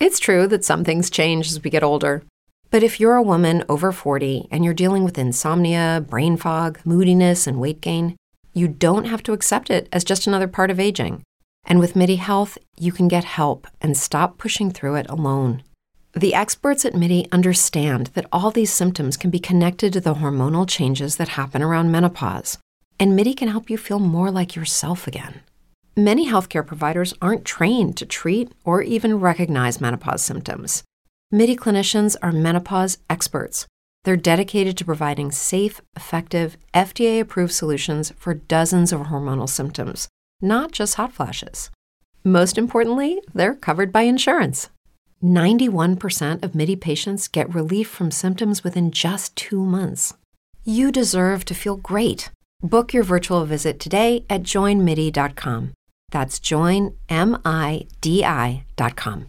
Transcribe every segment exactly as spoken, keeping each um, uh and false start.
It's true that some things change as we get older. But if you're a woman over forty and you're dealing with insomnia, brain fog, moodiness, and weight gain, you don't have to accept it as just another part of aging. And with MIDI Health, you can get help and stop pushing through it alone. The experts at MIDI understand that all these symptoms can be connected to the hormonal changes that happen around menopause, and MIDI can help you feel more like yourself again. Many healthcare providers aren't trained to treat or even recognize menopause symptoms. MIDI clinicians are menopause experts. They're dedicated to providing safe, effective, F D A-approved solutions for dozens of hormonal symptoms, not just hot flashes. Most importantly, they're covered by insurance. ninety-one percent of MIDI patients get relief from symptoms within just two months. You deserve to feel great. Book your virtual visit today at join midi dot com. That's join midi dot com.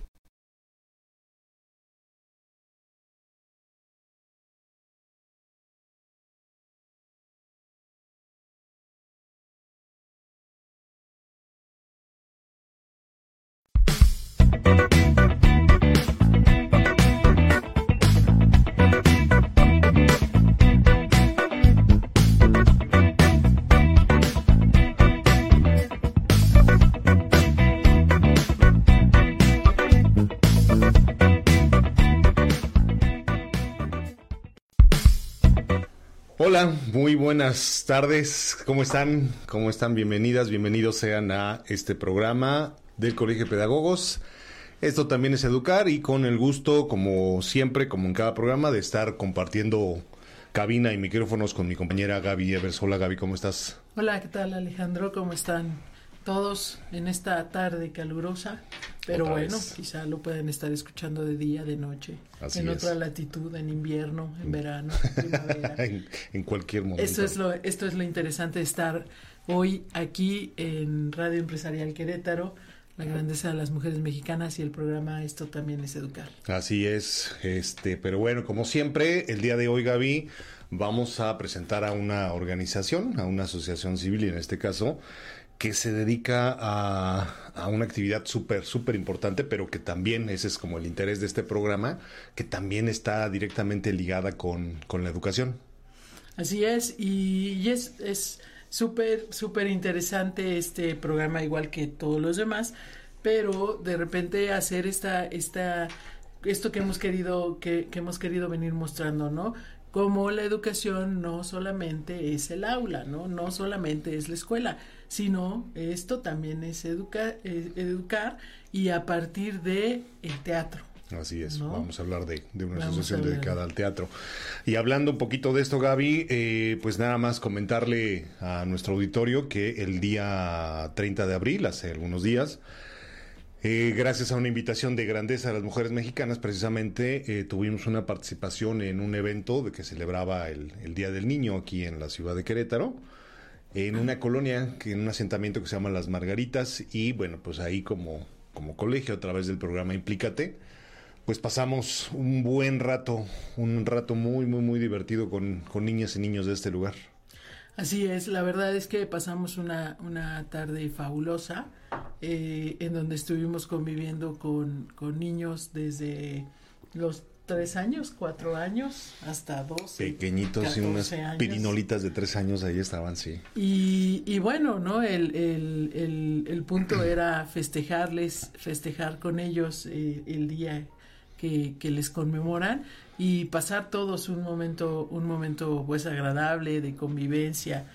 Hola, muy buenas tardes. ¿Cómo están? ¿Cómo están? Bienvenidas, bienvenidos sean a este programa del Colegio de Pedagogos. Esto también es Educar y con el gusto, como siempre, como en cada programa, de estar compartiendo cabina y micrófonos con mi compañera Gaby Evers. Hola Gaby, ¿cómo estás? Hola, ¿qué tal Alejandro? ¿Cómo están todos en esta tarde calurosa? Pero Otra bueno, vez. quizá lo pueden estar escuchando de día, de noche, Así en es. otra latitud, en invierno, en verano, en primavera. en, en cualquier momento. Esto es lo, esto es lo interesante de estar hoy aquí en Radio Empresarial Querétaro, la grandeza de las mujeres mexicanas y el programa Esto también es Educar. Así es, este, pero bueno, como siempre, el día de hoy, Gaby, vamos a presentar a una organización, a una asociación civil, y en este caso, que se dedica a, a una actividad súper, súper importante, pero que también, ese es como el interés de este programa, que también está directamente ligada con, con la educación. Así es, y, y es es súper, súper interesante este programa, igual que todos los demás, pero de repente hacer esta, esta, esto que hemos querido, que, que hemos querido venir mostrando, ¿no? Como la educación no solamente es el aula, ¿no? No solamente es la escuela, sino esto también es educa, eh, educar y a partir de el teatro. Así es, ¿no? Vamos a hablar de, de una Vamos asociación a hablar. dedicada al teatro. Y hablando un poquito de esto, Gaby, eh, pues nada más comentarle a nuestro auditorio que el día treinta de abril, hace algunos días, eh, gracias a una invitación de Grandeza de las Mujeres Mexicanas, precisamente eh, tuvimos una participación en un evento de que celebraba el, el Día del Niño aquí en la ciudad de Querétaro, en una colonia, que en un asentamiento que se llama Las Margaritas, y bueno, pues ahí como, como colegio, a través del programa Implícate, pues pasamos un buen rato, un rato muy, muy, muy divertido con, con niñas y niños de este lugar. Así es, la verdad es que pasamos una, una tarde fabulosa eh, en donde estuvimos conviviendo con, con niños desde los tres años, cuatro años, hasta doce. Pequeñitos y unas años. pirinolitas de tres años ahí estaban, sí. Y, y bueno, ¿no? El, el, el, el punto era festejarles, festejar con ellos eh, el día que, que les conmemoran y pasar todos un momento, un momento pues agradable de convivencia,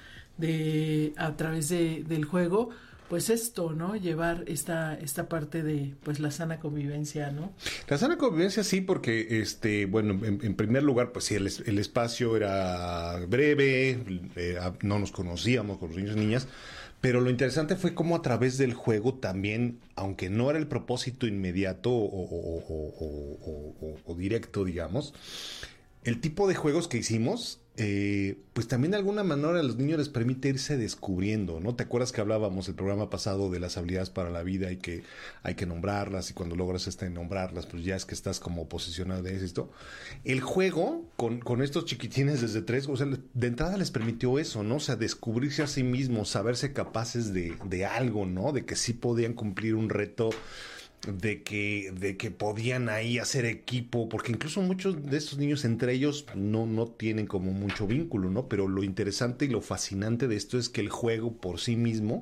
de a través de, del juego, pues esto, ¿no? Llevar esta, esta parte de pues la sana convivencia, ¿no? La sana convivencia sí, porque este, bueno, en, en primer lugar, pues sí, el, el espacio era breve, eh, no nos conocíamos con los niños y niñas, pero lo interesante fue cómo a través del juego también, aunque no era el propósito inmediato o, o, o, o, o, o directo, digamos, el tipo de juegos que hicimos, eh, pues también de alguna manera a los niños les permite irse descubriendo, ¿no? ¿Te acuerdas que hablábamos el programa pasado de las habilidades para la vida y que hay que nombrarlas, y cuando logras este nombrarlas, pues ya es que estás como posicionado de esto? El juego con, con estos chiquitines desde tres, o sea, de entrada les permitió eso, ¿no? O sea, descubrirse a sí mismos, saberse capaces de, de algo, ¿no? De que sí podían cumplir un reto de que, de que podían ahí hacer equipo, porque incluso muchos de estos niños entre ellos no, no tienen como mucho vínculo, ¿no? Pero lo interesante y lo fascinante de esto es que el juego por sí mismo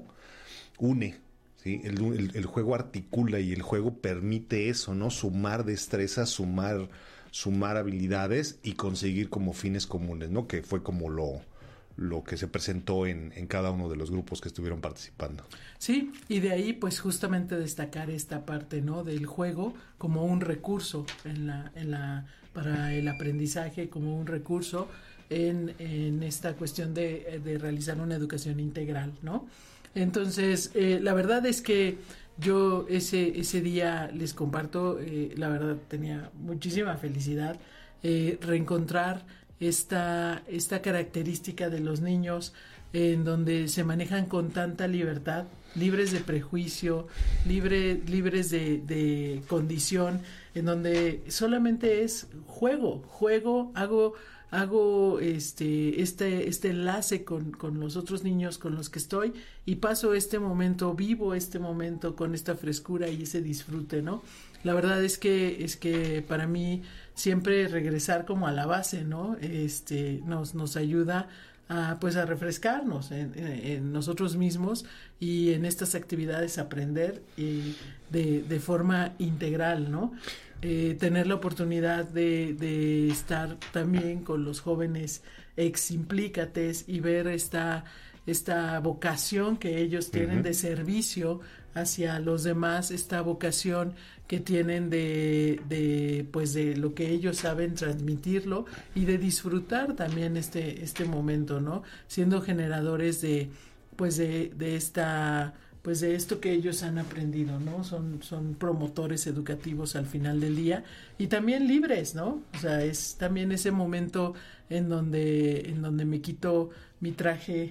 une, ¿sí? El, el, el juego articula y el juego permite eso, ¿no? Sumar destrezas, sumar, sumar habilidades y conseguir como fines comunes, ¿no? Que fue como lo... lo que se presentó en, en cada uno de los grupos que estuvieron participando. Sí, y de ahí pues justamente destacar esta parte, ¿no? Del juego como un recurso en la, en la, para el aprendizaje, como un recurso en, en esta cuestión de, de realizar una educación integral, ¿no? Entonces, eh, la verdad es que yo ese, ese día les comparto, eh, la verdad tenía muchísima felicidad eh, reencontrar esta, esta característica de los niños en donde se manejan con tanta libertad, libres de prejuicio, libre, libres de, de condición, en donde solamente es juego, juego, hago, hago este, este, este enlace con, con los otros niños con los que estoy y paso este momento, vivo este momento con esta frescura y ese disfrute, ¿no? La verdad es que es que para mí siempre regresar como a la base, ¿no? Este nos nos ayuda a pues a refrescarnos en, en, en nosotros mismos y en estas actividades aprender y de, de forma integral, ¿no? Eh, tener la oportunidad de, de estar también con los jóvenes ex implícates y ver esta esta vocación que ellos tienen uh-huh. de servicio hacia los demás, esta vocación que tienen de, de pues de lo que ellos saben transmitirlo y de disfrutar también este este momento, ¿no? Siendo generadores de pues de, de esta pues de esto que ellos han aprendido, ¿no? Son son promotores educativos al final del día y también libres, ¿no? O sea, es también ese momento en donde en donde me quito mi traje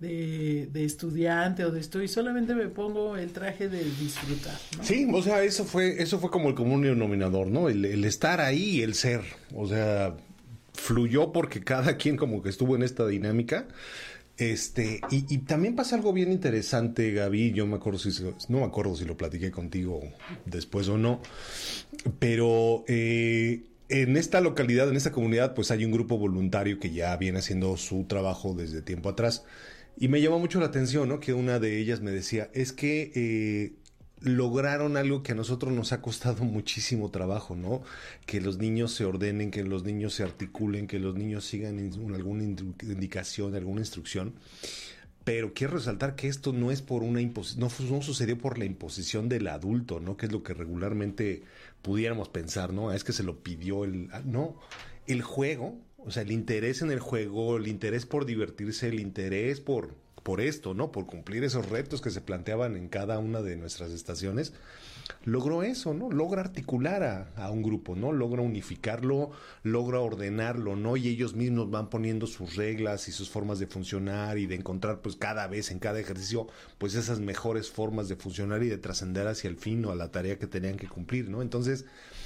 De, de estudiante o de esto y solamente me pongo el traje de disfrutar, ¿no? Sí, o sea, eso fue eso fue como el común denominador, ¿no? El, el estar ahí, el ser, o sea, fluyó porque cada quien como que estuvo en esta dinámica. Este, y, y también pasa algo bien interesante, Gaby, yo me acuerdo si no me acuerdo si lo platiqué contigo después o no, pero eh en esta localidad, en esta comunidad, pues hay un grupo voluntario que ya viene haciendo su trabajo desde tiempo atrás. Y me llamó mucho la atención, ¿no? Que una de ellas me decía, es que eh, lograron algo que a nosotros nos ha costado muchísimo trabajo, ¿no? Que los niños se ordenen, que los niños se articulen, que los niños sigan in- alguna indicación, alguna instrucción. Pero quiero resaltar que esto no es por una impos- no, no sucedió por la imposición del adulto, ¿no? Que es lo que regularmente pudiéramos pensar, ¿no? Es que se lo pidió el... No, el juego, o sea, el interés en el juego, el interés por divertirse, el interés por, por esto, ¿no? Por cumplir esos retos que se planteaban en cada una de nuestras estaciones, logró eso, ¿no? Logra articular a, a un grupo, ¿no? Logra unificarlo, logra ordenarlo, ¿no? Y ellos mismos van poniendo sus reglas y sus formas de funcionar y de encontrar, pues, cada vez en cada ejercicio, pues, esas mejores formas de funcionar y de trascender hacia el fin o a la tarea que tenían que cumplir, ¿no? Entonces,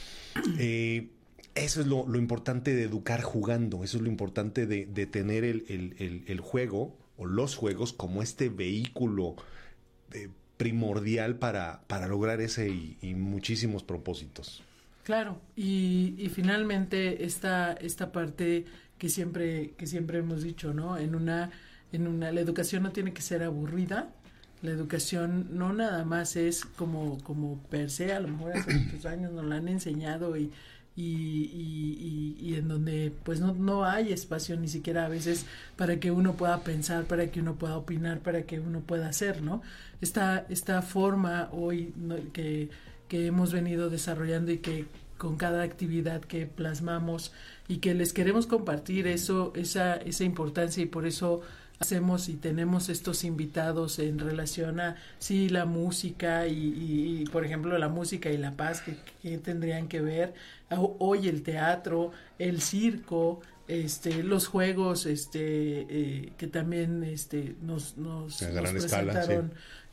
eh, eso es lo, lo importante de educar jugando, eso es lo importante de, de tener el, el, el, el juego o los juegos como este vehículo eh, primordial para, para lograr ese y, y muchísimos propósitos. Claro, y, y finalmente esta, esta parte que siempre, que siempre hemos dicho, ¿no? En una, en una, la educación no tiene que ser aburrida, la educación no nada más es como, como per se, a lo mejor hace muchos años nos la han enseñado y Y, y, y, y en donde pues no, no hay espacio ni siquiera a veces para que uno pueda pensar, para que uno pueda opinar, para que uno pueda hacer, ¿no? Esta, esta forma hoy, ¿no? que, que hemos venido desarrollando y que con cada actividad que plasmamos y que les queremos compartir eso, esa, esa importancia y por eso hacemos y tenemos estos invitados en relación a sí la música y, y, y por ejemplo la música y la paz que, que tendrían que ver hoy el teatro, el circo, este los juegos este eh, que también este nos nos, a gran nos escala, presentaron sí.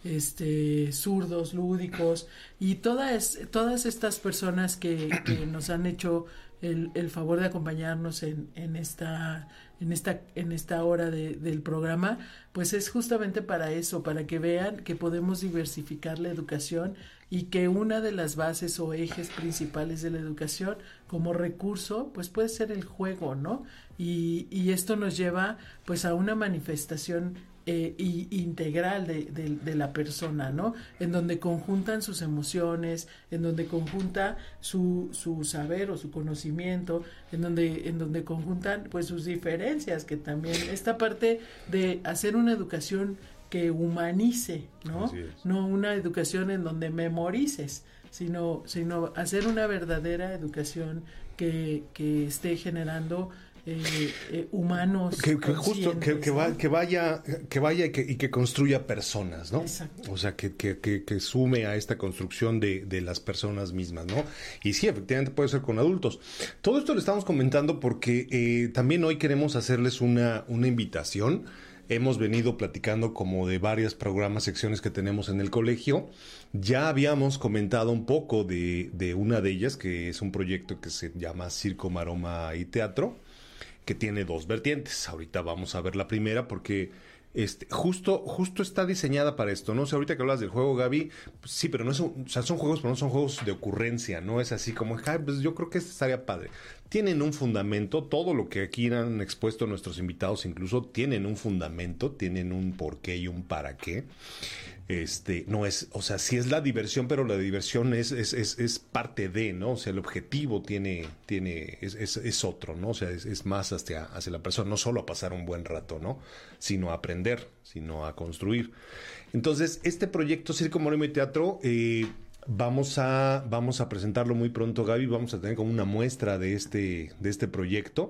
este, zurdos, lúdicos, y todas, todas estas personas que, que nos han hecho el, el favor de acompañarnos en, en esta... en esta en esta hora de, del programa, pues es justamente para eso, para que vean que podemos diversificar la educación y que una de las bases o ejes principales de la educación como recurso, pues puede ser el juego, ¿no? Y, y esto nos lleva pues a una manifestación Eh, y, integral de, de, de la persona, ¿no? En donde conjuntan sus emociones, en donde conjunta su, su saber o su conocimiento, en donde, en donde conjuntan pues sus diferencias, que también esta parte de hacer una educación que humanice, ¿no? No una educación en donde memorices, sino, sino hacer una verdadera educación que, que esté generando Eh, eh, humanos que, que justo que, que, va, que vaya que vaya y que, y que construya personas, ¿no? Exacto. O sea que, que, que, que sume a esta construcción de, de las personas mismas, ¿no? Y sí, efectivamente puede ser con adultos. Todo esto lo estamos comentando porque eh, también hoy queremos hacerles una, una invitación. Hemos venido platicando como de varios programas, secciones que tenemos en el colegio. Ya habíamos comentado un poco de, de una de ellas, que es un proyecto que se llama Circo, Maroma y Teatro, que tiene dos vertientes. Ahorita vamos a ver la primera porque este, justo, justo está diseñada para esto, ¿no? O sea, ahorita que hablas del juego, Gaby, pues sí, pero no es un, o sea, son juegos, pero no son juegos de ocurrencia, no es así como, ay, pues yo creo que esto estaría padre. Tienen un fundamento, todo lo que aquí han expuesto nuestros invitados incluso tienen un fundamento, tienen un porqué y un para qué. Este, no es, o sea, sí es la diversión, pero la diversión es, es, es, es parte de, ¿no? O sea, el objetivo tiene, tiene, es, es, es otro, ¿no? O sea, es, es más hacia, hacia la persona, no solo a pasar un buen rato, ¿no? Sino a aprender, sino a construir. Entonces, este proyecto Circo, Maroma y Teatro, eh, vamos a, vamos a presentarlo muy pronto, Gaby, vamos a tener como una muestra de este, de este proyecto,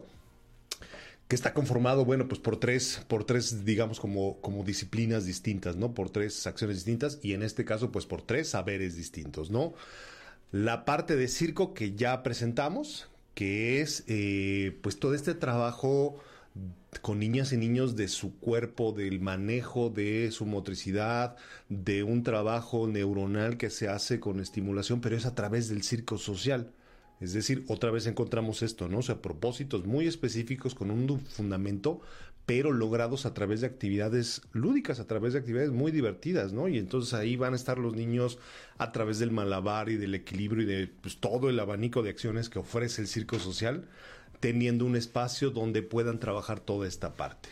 que está conformado, bueno, pues por tres, por tres, digamos, como, como disciplinas distintas, ¿no? Por tres acciones distintas y en este caso, pues por tres saberes distintos, ¿no? La parte de circo que ya presentamos, que es, eh, pues todo este trabajo con niñas y niños de su cuerpo, del manejo de su motricidad, de un trabajo neuronal que se hace con estimulación, pero es a través del circo social. Es decir, otra vez encontramos esto, ¿no? O sea, propósitos muy específicos con un fundamento, pero logrados a través de actividades lúdicas, a través de actividades muy divertidas, ¿no? Y entonces ahí van a estar los niños a través del malabar y del equilibrio y de pues, todo el abanico de acciones que ofrece el circo social, teniendo un espacio donde puedan trabajar toda esta parte.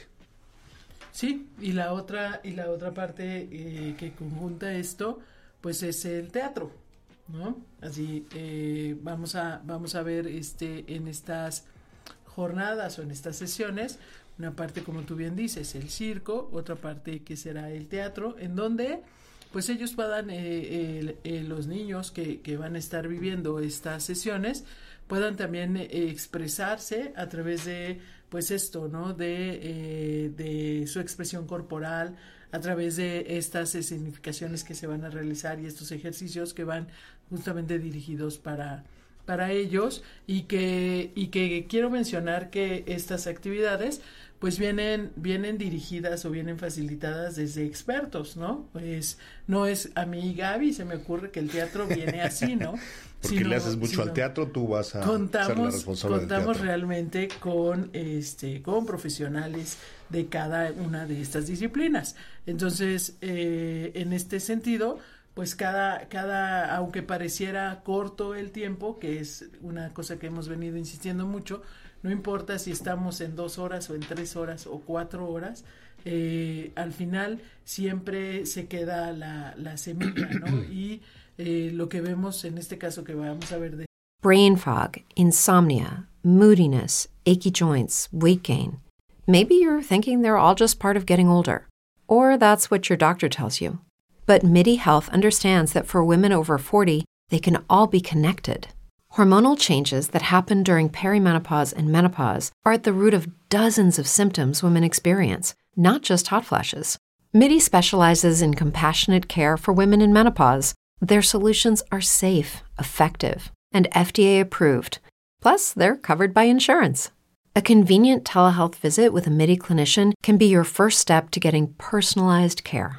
Sí, y la otra, y la otra parte eh, que conjunta esto, pues es el teatro, ¿no? Así eh, vamos a vamos a ver este en estas jornadas o en estas sesiones una parte, como tú bien dices, el circo, otra parte que será el teatro, en donde pues ellos puedan eh, el, eh, los niños que, que van a estar viviendo estas sesiones puedan también eh, expresarse a través de pues esto, ¿no? De, eh, de su expresión corporal, a través de estas significaciones que se van a realizar y estos ejercicios que van justamente dirigidos para, para ellos y que, y que quiero mencionar que estas actividades pues vienen, vienen dirigidas o vienen facilitadas desde expertos, ¿no? Pues no es a mí, Gaby, se me ocurre que el teatro viene así, ¿no? Porque sino, le haces mucho al teatro, tú vas a contamos, ser la responsable contamos del teatro. realmente con este con profesionales de cada una de estas disciplinas. Entonces, eh, en este sentido, pues cada, cada, aunque pareciera corto el tiempo, que es una cosa que hemos venido insistiendo mucho, no importa si estamos en dos horas o en tres horas o cuatro horas, eh, al final siempre se queda la, la semilla, ¿no? Y eh, lo que vemos en este caso que vamos a ver de brain fog, insomnia, moodiness, achy joints, weight gain. Maybe you're thinking they're all just part of getting older, or that's what your doctor tells you. But MIDI Health understands that for women over forty, they can all be connected. Hormonal changes that happen during perimenopause and menopause are at the root of dozens of symptoms women experience, not just hot flashes. MIDI specializes in compassionate care for women in menopause. Their solutions are safe, effective, and F D A approved. Plus, they're covered by insurance. A convenient telehealth visit with a MIDI clinician can be your first step to getting personalized care.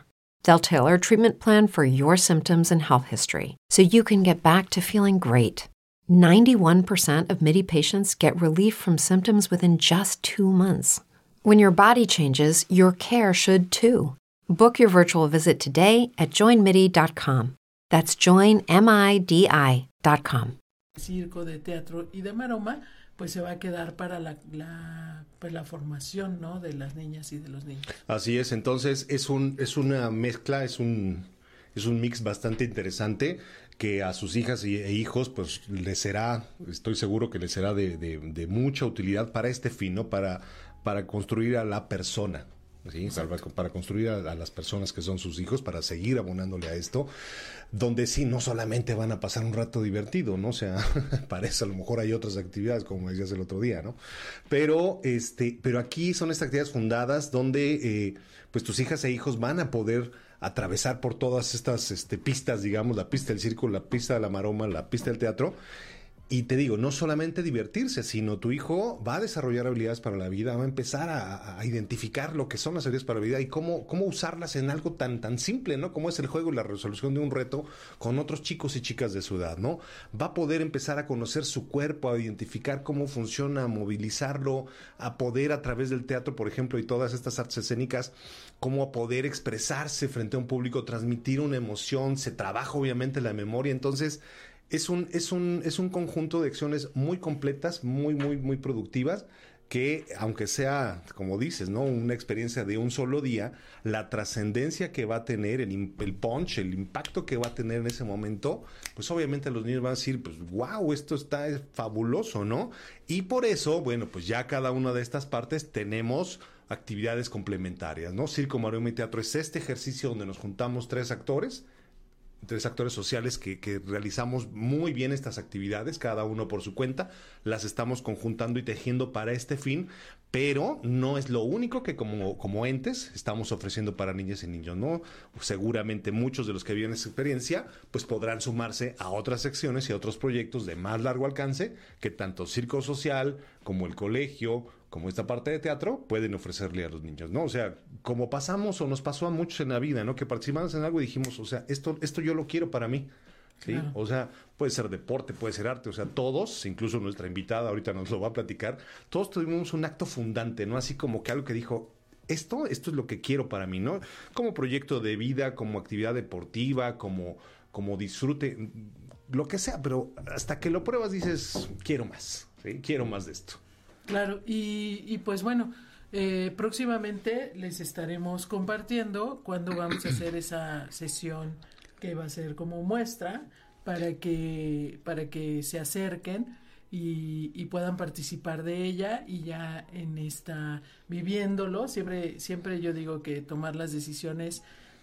They'll tailor a treatment plan for your symptoms and health history so you can get back to feeling great. ninety-one percent of MIDI patients get relief from symptoms within just two months. When your body changes, your care should too. Book your virtual visit today at join midi dot com. That's join midi dot com. Circo, de teatro y de maroma, pues se va a quedar para la, la, pues la formación, ¿no?, de las niñas y de los niños. Así es, entonces es un es una mezcla, es un es un mix bastante interesante que a sus hijas y, e hijos pues les será, estoy seguro que les será de, de, de mucha utilidad para este fin, ¿no? Para, para construir a la persona. ¿Sí? Para, para construir a, a las personas que son sus hijos, para seguir abonándole a esto, donde sí, no solamente van a pasar un rato divertido, ¿no? O sea, para eso a lo mejor hay otras actividades, como decías el otro día, ¿no? Pero, este, pero aquí son estas actividades fundadas donde, eh, pues tus hijas e hijos van a poder atravesar por todas estas este, pistas, digamos, la pista del circo, la pista de la maroma, la pista del teatro. Y te digo, no solamente divertirse, sino tu hijo va a desarrollar habilidades para la vida, va a empezar a, a identificar lo que son las habilidades para la vida y cómo, cómo usarlas en algo tan, tan simple, ¿no? Como es el juego y la resolución de un reto con otros chicos y chicas de su edad, ¿no? Va a poder empezar a conocer su cuerpo, a identificar cómo funciona, a movilizarlo, a poder a través del teatro, por ejemplo, y todas estas artes escénicas, cómo a poder expresarse frente a un público, transmitir una emoción, se trabaja obviamente la memoria, entonces... Es un, es un, es un conjunto de acciones muy completas, muy, muy, muy productivas, que aunque sea, como dices, ¿no?, una experiencia de un solo día, la trascendencia que va a tener, el, el punch, el impacto que va a tener en ese momento, pues obviamente los niños van a decir, pues wow, esto está fabuloso, ¿no? Y por eso, bueno, pues ya cada una de estas partes tenemos actividades complementarias, ¿no? Circo, maroma y teatro es este ejercicio donde nos juntamos tres actores, tres actores sociales que, que realizamos muy bien estas actividades, cada uno por su cuenta, las estamos conjuntando y tejiendo para este fin, pero no es lo único que como, como entes estamos ofreciendo para niñas y niños, ¿no? Seguramente muchos de los que viven esa experiencia pues podrán sumarse a otras secciones y a otros proyectos de más largo alcance que tanto Circo Social como el colegio, como esta parte de teatro, pueden ofrecerle a los niños, ¿no? O sea, como pasamos o nos pasó a muchos en la vida, ¿no? Que participamos en algo y dijimos, o sea, esto, esto yo lo quiero para mí, ¿sí? Claro. O sea, puede ser deporte, puede ser arte, o sea, todos, incluso nuestra invitada ahorita nos lo va a platicar, todos tuvimos un acto fundante, ¿no? Así como que algo que dijo, esto, esto es lo que quiero para mí, ¿no? Como proyecto de vida, como actividad deportiva, como, como disfrute, lo que sea, pero hasta que lo pruebas dices, quiero más, ¿sí? Quiero más de esto. Claro, y, y pues bueno, eh, próximamente les estaremos compartiendo cuándo vamos a hacer esa sesión que va a ser como muestra para que, para que se acerquen y, y puedan participar de ella y ya en esta, viviéndolo, siempre, siempre yo digo que tomar las decisiones,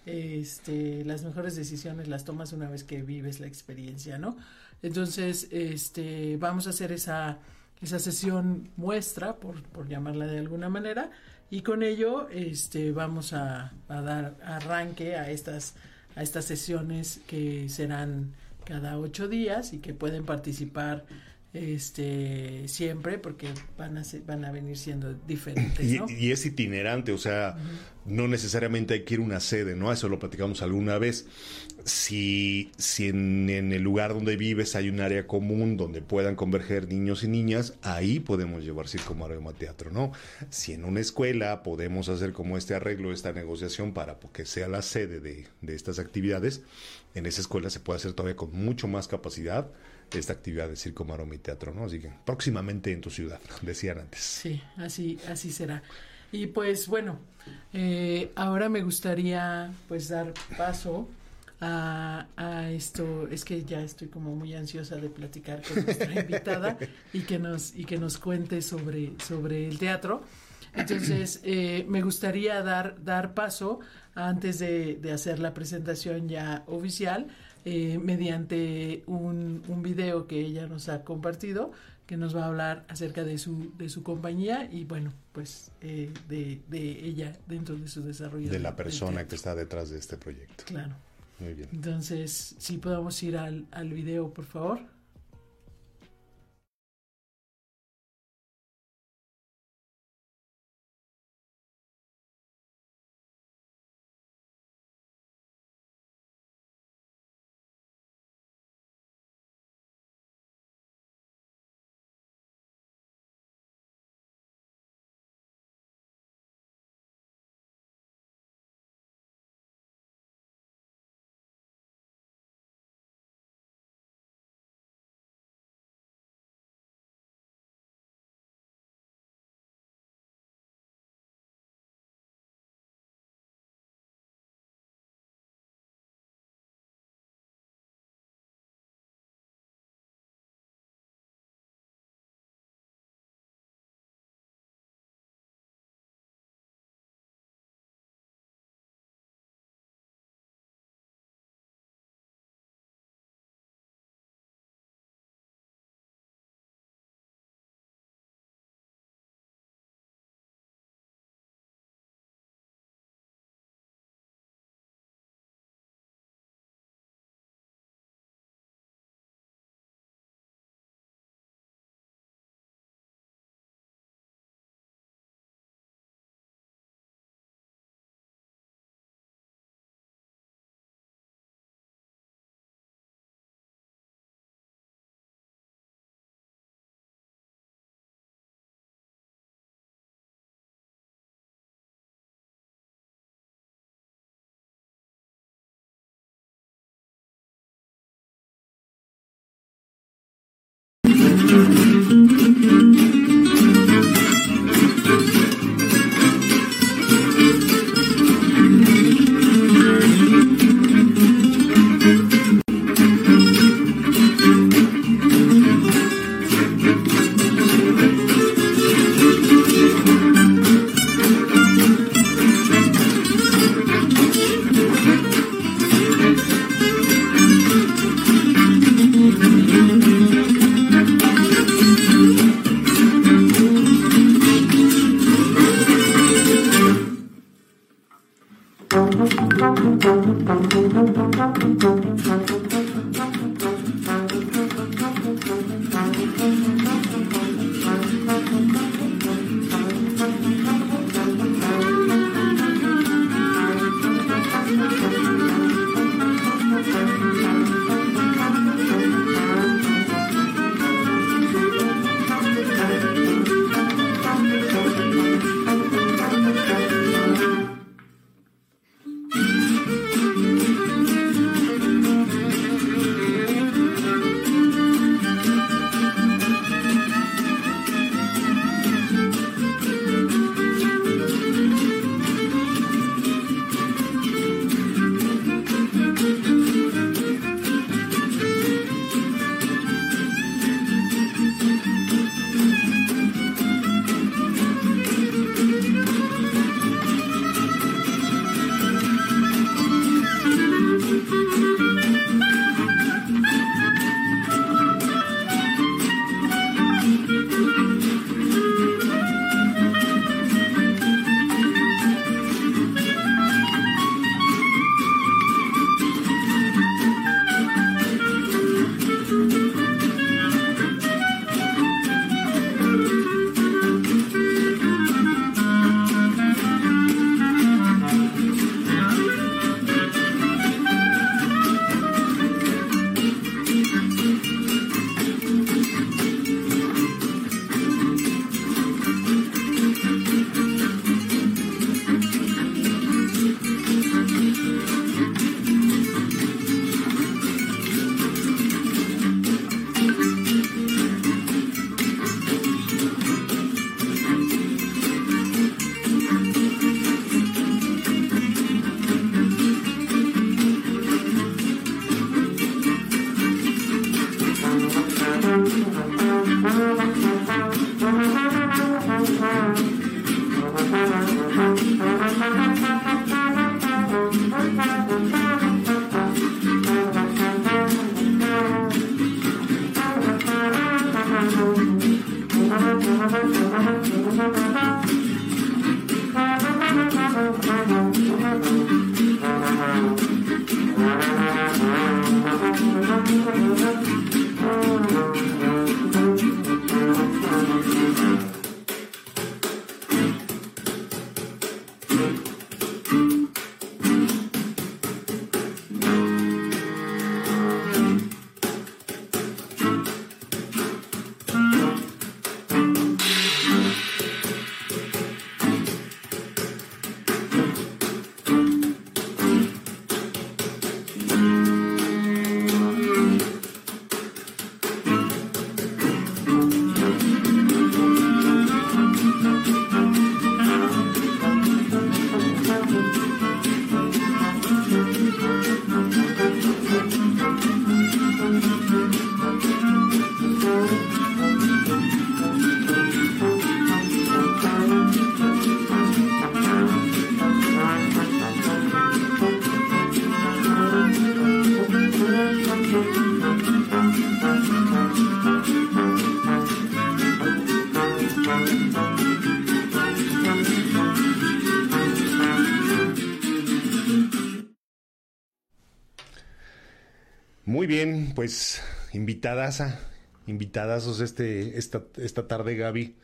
este, las mejores decisiones las tomas una vez que vives la experiencia, ¿no? Entonces, este, vamos a hacer esa... esa sesión muestra, por, por llamarla de alguna manera, y con ello este, vamos a, a dar arranque a estas, a estas sesiones que serán cada ocho días y que pueden participar este siempre porque van a ser, van a venir siendo diferentes, ¿no? Y, y es itinerante, o sea, uh-huh. No necesariamente hay que ir a una sede, ¿no? Eso lo platicamos alguna vez. Si, si en, en el lugar donde vives hay un área común donde puedan converger niños y niñas, ahí podemos llevar circo, maroma, teatro, ¿no? Si en una escuela podemos hacer como este arreglo, esta negociación para que sea la sede de, de estas actividades, en esa escuela se puede hacer todavía con mucho más capacidad esta actividad de circo, maroma y teatro, ¿no? Así que próximamente en tu ciudad, decían antes. Sí, así, así será. Y pues bueno, eh, ahora me gustaría pues dar paso a, a esto, es que ya estoy como muy ansiosa de platicar con nuestra invitada y que nos, y que nos cuente sobre, sobre el teatro. Entonces, eh, me gustaría dar, dar paso, antes de, de hacer la presentación ya oficial, eh, mediante un, un video que ella nos ha compartido, que nos va a hablar acerca de su, de su compañía y, bueno, pues eh, de, de ella dentro de su desarrollo. De la persona que está detrás de este proyecto. Claro. Muy bien. Entonces, si podemos ir al, al video, por favor. Muy bien, pues invitadaza, invitadazos este, esta, esta tarde, Gaby.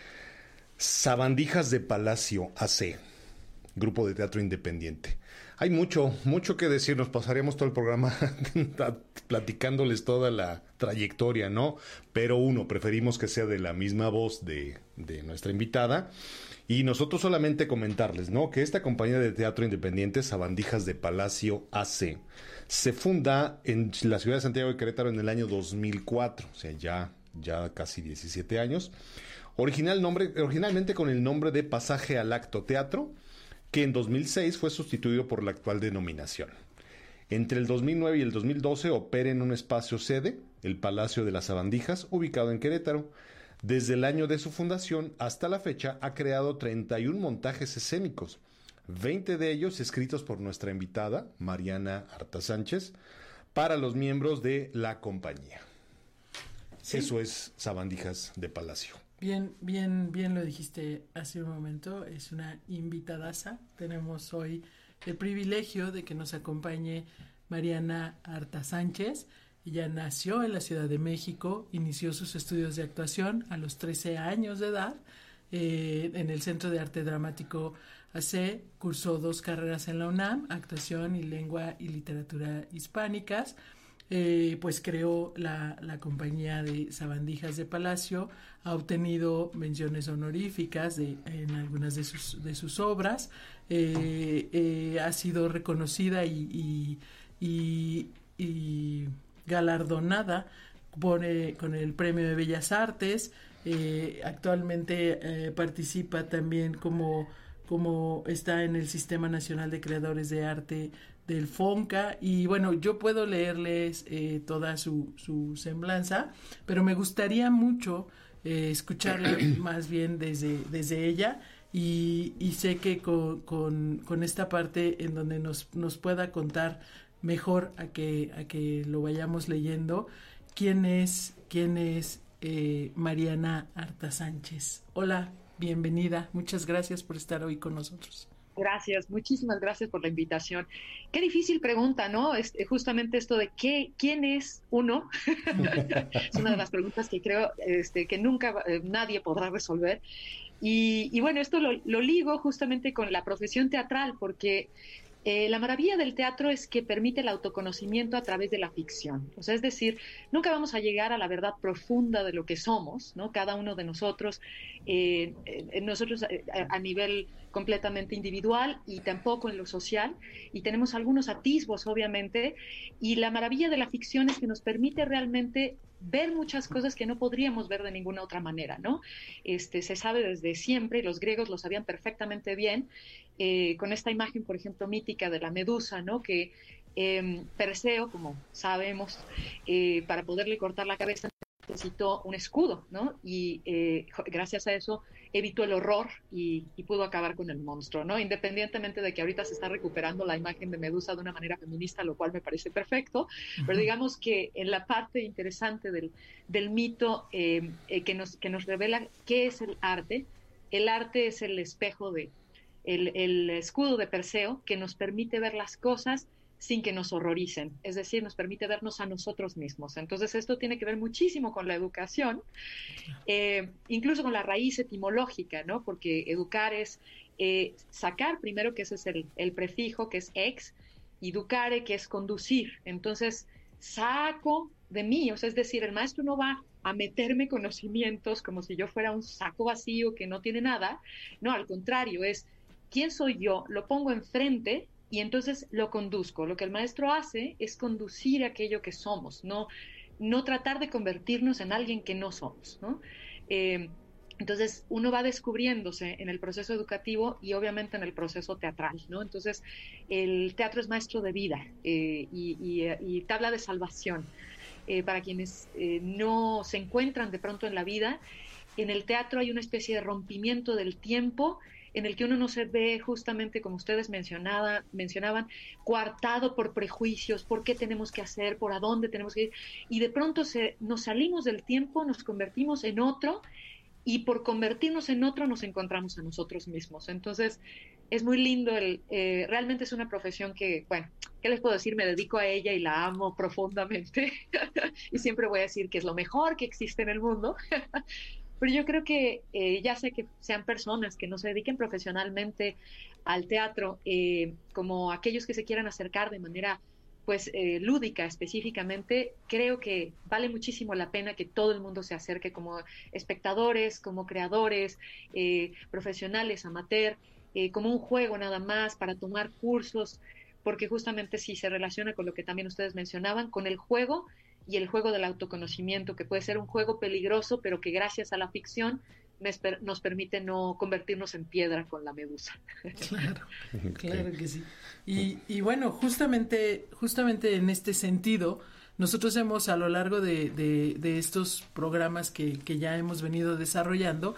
Sabandijas de Palacio A C, grupo de teatro independiente. Hay mucho, mucho que decir, nos pasaríamos todo el programa platicándoles toda la trayectoria, ¿no? Pero uno, preferimos que sea de la misma voz de, de nuestra invitada. Y nosotros solamente comentarles, ¿no? Que esta compañía de teatro independiente, Sabandijas de Palacio A C, se funda en la ciudad de Santiago de Querétaro en el año dos mil cuatro, o sea, ya, ya casi diecisiete años. Original nombre, originalmente con el nombre de Pasaje al Acto Teatro, que en dos mil seis fue sustituido por la actual denominación. Entre el dos mil nueve y el dos mil doce opera en un espacio sede, el Palacio de las Sabandijas, ubicado en Querétaro. Desde el año de su fundación hasta la fecha ha creado treinta y un montajes escénicos, veinte de ellos escritos por nuestra invitada, Mariana Arta Sánchez, para los miembros de la compañía. Sí. Eso es Sabandijas de Palacio. Bien, bien, bien lo dijiste hace un momento, es una invitadaza. Tenemos hoy el privilegio de que nos acompañe Mariana Arta Sánchez. Ella nació en la Ciudad de México, inició sus estudios de actuación a los trece años de edad eh, en el Centro de Arte Dramático A C, cursó dos carreras en la UNAM, actuación y lengua y literatura hispánicas. Eh, pues creó la, la compañía de Sabandijas de Palacio, ha obtenido menciones honoríficas de, en algunas de sus, de sus obras, eh, eh, ha sido reconocida y, y, y, y galardonada por, eh, con el Premio de Bellas Artes, eh, actualmente eh, participa también como como está en el Sistema Nacional de Creadores de Arte del FONCA, y bueno, yo puedo leerles eh, toda su, su semblanza, pero me gustaría mucho eh, escucharla más bien desde, desde ella, y, y sé que con, con, con esta parte en donde nos, nos pueda contar mejor a que, a que lo vayamos leyendo, quién es, quién es eh, Mariana Arta Sánchez. Hola. Bienvenida, muchas gracias por estar hoy con nosotros. Gracias, muchísimas gracias por la invitación. Qué difícil pregunta, ¿no? Es, justamente esto de qué, quién es uno. Es una de las preguntas que creo este, que nunca eh, nadie podrá resolver. Y, y bueno, esto lo, lo ligo justamente con la profesión teatral, porque Eh, la maravilla del teatro es que permite el autoconocimiento a través de la ficción. O sea, es decir, nunca vamos a llegar a la verdad profunda de lo que somos, ¿no? Cada uno de nosotros, eh, eh, nosotros eh, a nivel completamente individual y tampoco en lo social, y tenemos algunos atisbos, obviamente, y la maravilla de la ficción es que nos permite realmente ver muchas cosas que no podríamos ver de ninguna otra manera, ¿no? Este, se sabe desde siempre, y los griegos lo sabían perfectamente bien, eh, con esta imagen, por ejemplo, mítica de la medusa, ¿no? Que eh, Perseo, como sabemos, eh, para poderle cortar la cabeza necesitó un escudo, ¿no? Y eh, gracias a eso evitó el horror y, y pudo acabar con el monstruo, ¿no? Independientemente de que ahorita se está recuperando la imagen de Medusa de una manera feminista, lo cual me parece perfecto, uh-huh. Pero digamos que en la parte interesante del, del mito eh, eh, que, nos, que nos revela qué es el arte, el arte es el espejo de, el, el escudo de Perseo que nos permite ver las cosas sin que nos horroricen, es decir, nos permite vernos a nosotros mismos. Entonces esto tiene que ver muchísimo con la educación, eh, incluso con la raíz etimológica, ¿no? Porque educar es eh, sacar, primero que ese es el, el prefijo, que es ex, y educare, que es conducir. Entonces saco de mí, o sea, es decir, el maestro no va a meterme conocimientos como si yo fuera un saco vacío que no tiene nada, no, al contrario, es ¿quién soy yo? Lo pongo enfrente y entonces lo conduzco. Lo que el maestro hace es conducir aquello que somos, no, no tratar de convertirnos en alguien que no somos, ¿no? Eh, entonces uno va descubriéndose en el proceso educativo y obviamente en el proceso teatral, ¿no? Entonces el teatro es maestro de vida eh, y, y, y tabla de salvación. Eh, para quienes eh, no se encuentran de pronto en la vida, en el teatro hay una especie de rompimiento del tiempo en el que uno no se ve justamente, como ustedes mencionaba, mencionaban, coartado por prejuicios, por qué tenemos que hacer, por a dónde tenemos que ir, y de pronto se, nos salimos del tiempo, nos convertimos en otro, y por convertirnos en otro nos encontramos a nosotros mismos. Entonces, es muy lindo, el, eh, realmente es una profesión que, bueno, ¿qué les puedo decir? Me dedico a ella y la amo profundamente, y siempre voy a decir que es lo mejor que existe en el mundo. Pero yo creo que eh, ya sea que sean personas que no se dediquen profesionalmente al teatro, eh, como aquellos que se quieran acercar de manera pues eh, lúdica específicamente, creo que vale muchísimo la pena que todo el mundo se acerque como espectadores, como creadores, eh, profesionales, amateur, eh, como un juego nada más para tomar cursos, porque justamente si se relaciona con lo que también ustedes mencionaban, con el juego y el juego del autoconocimiento, que puede ser un juego peligroso, pero que gracias a la ficción nos permite no convertirnos en piedra con la medusa. Claro, claro que sí. Y, y bueno, justamente, justamente en este sentido, nosotros hemos a lo largo de, de, de estos programas que, que ya hemos venido desarrollando,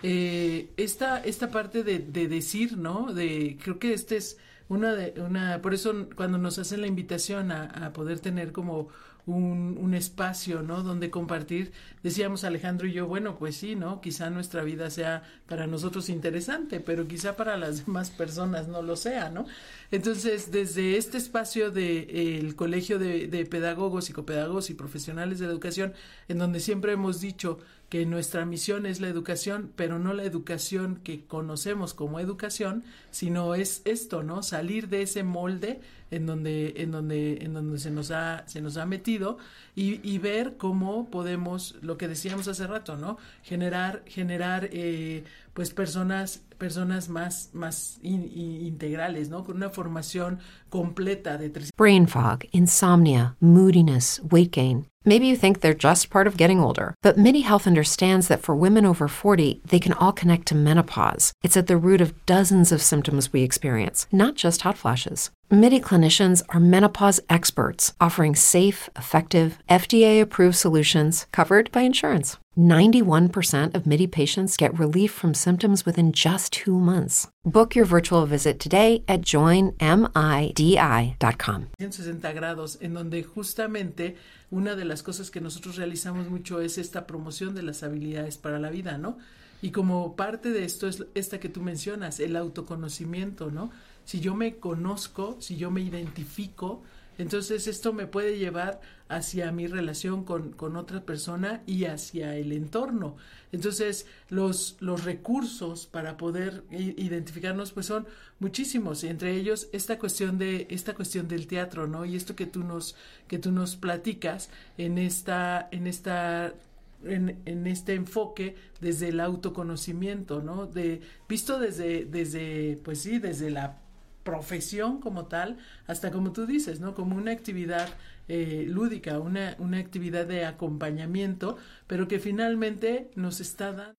eh, esta, esta parte de, de decir, ¿no? De, creo que este es una de, una, por eso cuando nos hacen la invitación a, a poder tener como Un, un espacio, ¿no? Donde compartir, decíamos Alejandro y yo, bueno, pues sí, ¿no? Quizá nuestra vida sea para nosotros interesante, pero quizá para las demás personas no lo sea, ¿no? Entonces, desde este espacio de eh, el Colegio de, de Pedagogos, Psicopedagogos y Profesionales de la Educación, en donde siempre hemos dicho que nuestra misión es la educación, pero no la educación que conocemos como educación, sino es esto, ¿no? Salir de ese molde en donde, en donde, en donde se nos ha, se nos ha metido y, y ver cómo podemos, lo que decíamos hace rato, ¿no? Generar, generar, eh, pues personas, personas más, más in, in, integrales, ¿no? Con una formación completa de tres. Brain fog, insomnia, moodiness, weight gain. Maybe you think they're just part of getting older, but MIDI Health understands that for women over forty, they can all connect to menopause. It's at the root of dozens of symptoms we experience, not just hot flashes. MIDI clinicians are menopause experts, offering safe, effective, F D A-approved solutions covered by insurance. ninety-one percent of MIDI patients get relief from symptoms within just two months. Book your virtual visit today at join midi dot com. ciento sesenta grados, en donde justamente una de las cosas que nosotros realizamos mucho es esta promoción de las habilidades para la vida, ¿no? Y como parte de esto es esta que tú mencionas, el autoconocimiento, ¿no? Si yo me conozco, si yo me identifico, entonces esto me puede llevar hacia mi relación con, con otra persona y hacia el entorno. Entonces los, los recursos para poder identificarnos pues son muchísimos, y entre ellos esta cuestión de esta cuestión del teatro, ¿no? Y esto que tú nos que tú nos platicas en esta en esta En, en este enfoque desde el autoconocimiento, ¿no? De visto desde desde pues sí, desde la profesión como tal, hasta como tú dices, ¿no? Como una actividad eh, lúdica, una, una actividad de acompañamiento, pero que finalmente nos está dando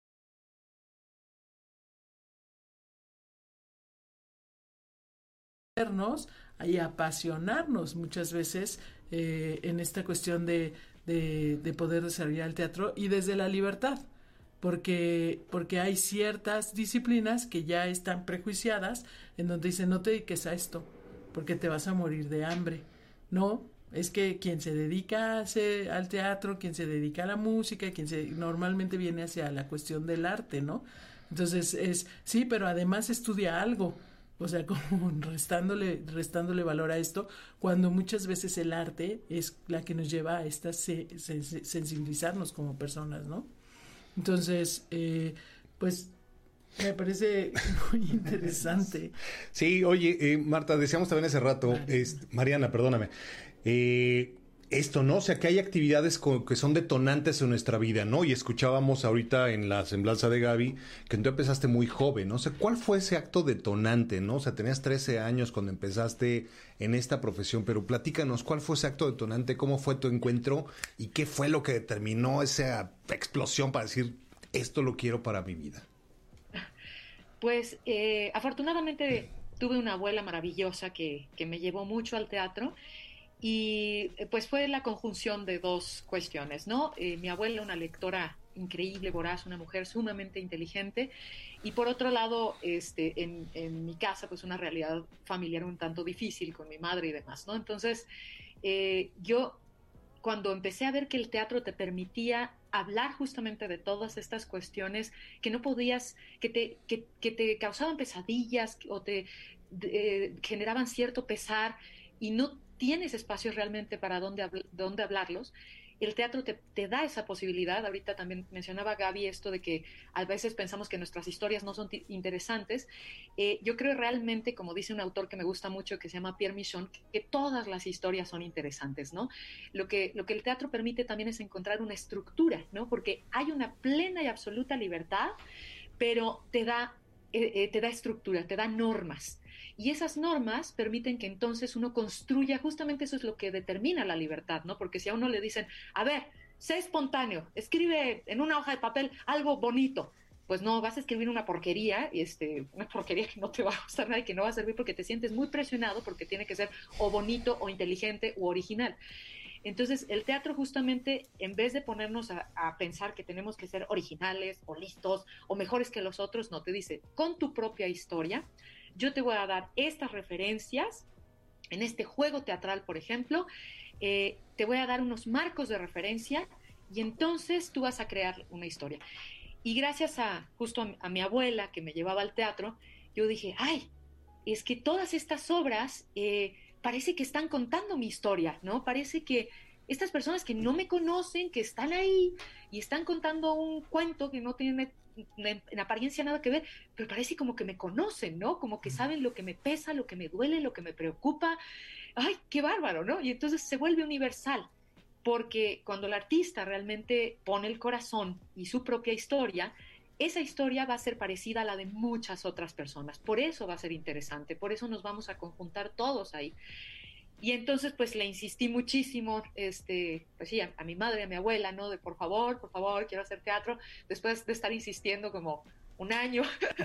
y apasionarnos muchas veces eh, en esta cuestión de, de, de poder desarrollar el teatro y desde la libertad. Porque, porque hay ciertas disciplinas que ya están prejuiciadas en donde dicen no te dediques a esto porque te vas a morir de hambre. No, es que quien se dedica a hacer, al teatro, quien se dedica a la música, quien se normalmente viene hacia la cuestión del arte, ¿no? Entonces es, sí, pero además estudia algo. O sea, como restándole, restándole valor a esto, cuando muchas veces el arte es la que nos lleva a esta se, se, sensibilizarnos como personas, ¿no? Entonces, eh, pues me parece muy interesante. Sí, oye, eh, Marta, decíamos también hace rato, Mariana, es, Mariana perdóname, eh, esto, ¿no? O sea, que hay actividades con, que son detonantes en nuestra vida, ¿no? Y escuchábamos ahorita en la semblanza de Gaby que tú empezaste muy joven, ¿no? O sea, ¿cuál fue ese acto detonante, ¿no? O sea, tenías trece años cuando empezaste en esta profesión, pero platícanos, ¿cuál fue ese acto detonante? ¿Cómo fue tu encuentro? ¿Y qué fue lo que determinó esa explosión para decir, esto lo quiero para mi vida? Pues, eh, afortunadamente tuve una abuela maravillosa que, que me llevó mucho al teatro. Y pues fue la conjunción de dos cuestiones, ¿no? Eh, mi abuela, una lectora increíble, voraz, una mujer sumamente inteligente, y por otro lado, este, en, en mi casa, pues una realidad familiar un tanto difícil con mi madre y demás, ¿no? Entonces, eh, yo cuando empecé a ver que el teatro te permitía hablar justamente de todas estas cuestiones que no podías, que te, que, que te causaban pesadillas o te eh, generaban cierto pesar y no tienes espacios realmente para dónde, habl- dónde hablarlos, el teatro te, te da esa posibilidad. Ahorita también mencionaba Gaby esto de que a veces pensamos que nuestras historias no son t- interesantes. Eh, yo creo realmente, como dice un autor que me gusta mucho, que se llama Pierre Michon, que, que todas las historias son interesantes, ¿no? Lo que, lo que el teatro permite también es encontrar una estructura, ¿no? Porque hay una plena y absoluta libertad, pero te da eh, eh, te da estructura, te da normas. Y esas normas permiten que entonces uno construya, justamente eso es lo que determina la libertad, ¿no? Porque si a uno le dicen, a ver, sé espontáneo, escribe en una hoja de papel algo bonito, pues no, vas a escribir una porquería, este, una porquería que no te va a gustar nada y que no va a servir porque te sientes muy presionado porque tiene que ser o bonito o inteligente o original. Entonces, el teatro justamente, en vez de ponernos a, a pensar que tenemos que ser originales o listos o mejores que los otros, no, te dice, con tu propia historia, yo te voy a dar estas referencias, en este juego teatral, por ejemplo, eh, te voy a dar unos marcos de referencia y entonces tú vas a crear una historia. Y gracias a justo a, a mi abuela que me llevaba al teatro, yo dije, ay, es que todas estas obras eh, parece que están contando mi historia, ¿no? Parece que estas personas que no me conocen, que están ahí y están contando un cuento que no tiene en, en apariencia nada que ver, pero parece como que me conocen, ¿no? Como que saben lo que me pesa, lo que me duele, lo que me preocupa. ¡Ay, qué bárbaro!, ¿no? Y entonces se vuelve universal. Porque cuando el artista realmente pone el corazón y su propia historia, esa historia va a ser parecida a la de muchas otras personas. Por eso va a ser interesante, por eso nos vamos a conjuntar todos ahí. Y entonces pues le insistí muchísimo, este, pues sí, a, a mi madre, a mi abuela, ¿no? De por favor, por favor, quiero hacer teatro. Después de estar insistiendo como un año,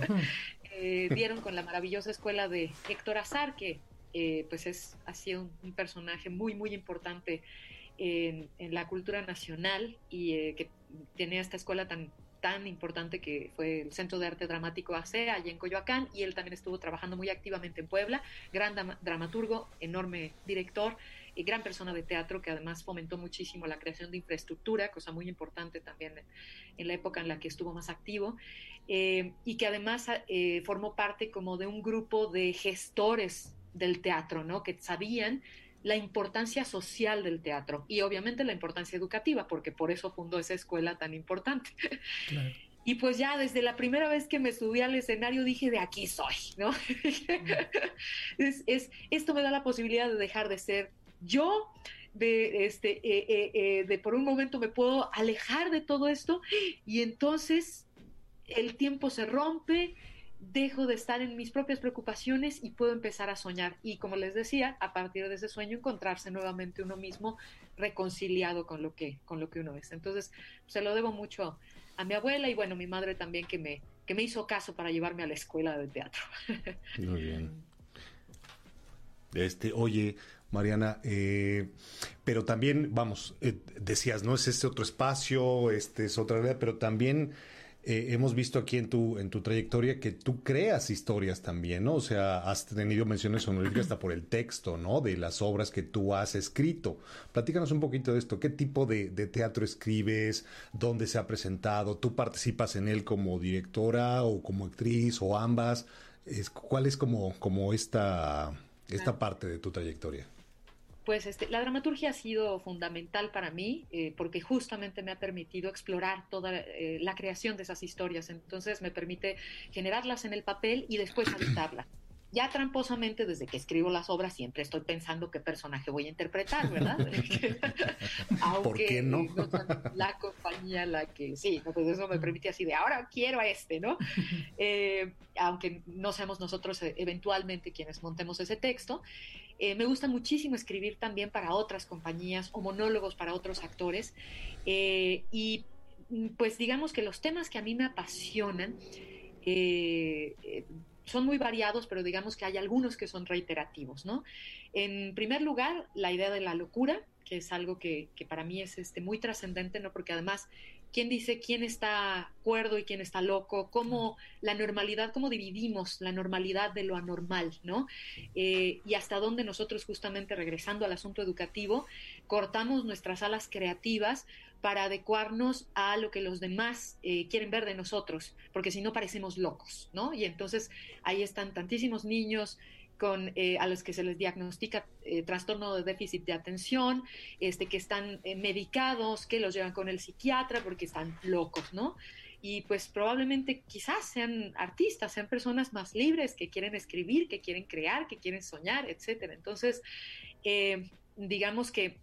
eh, dieron con la maravillosa escuela de Héctor Azar, que eh, pues es, ha sido un, un personaje muy, muy importante En, en la cultura nacional y eh, que tiene esta escuela tan, tan importante que fue el Centro de Arte Dramático A C E, allá en Coyoacán, y él también estuvo trabajando muy activamente en Puebla, gran dramaturgo, enorme director y gran persona de teatro que además fomentó muchísimo la creación de infraestructura, cosa muy importante también en la época en la que estuvo más activo, eh, y que además eh, formó parte como de un grupo de gestores del teatro, ¿no? Que sabían la importancia social del teatro y obviamente la importancia educativa, porque por eso fundó esa escuela tan importante. Claro. Y pues ya desde la primera vez que me subí al escenario dije, de aquí soy, ¿no? es, es, esto me da la posibilidad de dejar de ser yo, de, este, eh, eh, eh, de por un momento me puedo alejar de todo esto y entonces el tiempo se rompe, dejo de estar en mis propias preocupaciones y puedo empezar a soñar. Y como les decía, a partir de ese sueño encontrarse nuevamente uno mismo reconciliado con lo que, con lo que uno es. Entonces, se lo debo mucho a mi abuela y bueno, mi madre también que me, que me hizo caso para llevarme a la escuela de teatro. Muy bien. Este, oye, Mariana, eh, pero también, vamos, eh, decías, ¿no? Es este otro espacio, este es otra realidad, pero también Eh, hemos visto aquí en tu en tu trayectoria que tú creas historias también, ¿no? O sea, has tenido menciones honoríficas hasta por el texto, ¿no? De las obras que tú has escrito. Platícanos un poquito de esto. ¿Qué tipo de, de teatro escribes? ¿Dónde se ha presentado? ¿Tú participas en él como directora o como actriz o ambas? Es, ¿Cuál es como, como esta, esta parte de tu trayectoria? Pues este, la dramaturgia ha sido fundamental para mí eh, porque justamente me ha permitido explorar toda eh, la creación de esas historias. Entonces me permite generarlas en el papel y después habitarlas. Ya tramposamente, desde que escribo las obras, siempre estoy pensando qué personaje voy a interpretar, ¿verdad? Aunque ¿por qué no? no sea la compañía la que... Sí, pues eso me permite así de, ahora quiero a este, ¿no? Eh, aunque no seamos nosotros eh, eventualmente quienes montemos ese texto. Eh, me gusta muchísimo escribir también para otras compañías o monólogos para otros actores. Eh, y pues digamos que los temas que a mí me apasionan... Eh, eh, son muy variados, pero digamos que hay algunos que son reiterativos, ¿no? En primer lugar, la idea de la locura, que es algo que, que para mí es este, muy trascendente, ¿no? Porque además, ¿quién dice quién está cuerdo y quién está loco? ¿Cómo la normalidad, cómo dividimos la normalidad de lo anormal, ¿no? Eh, y hasta dónde nosotros, justamente regresando al asunto educativo, cortamos nuestras alas creativas para adecuarnos a lo que los demás eh, quieren ver de nosotros, porque si no parecemos locos, ¿no? Y entonces ahí están tantísimos niños con, eh, a los que se les diagnostica eh, trastorno de déficit de atención, este, que están eh, medicados, que los llevan con el psiquiatra porque están locos, ¿no? Y pues probablemente quizás sean artistas, sean personas más libres que quieren escribir, que quieren crear, que quieren soñar, etcétera. Entonces, eh, digamos que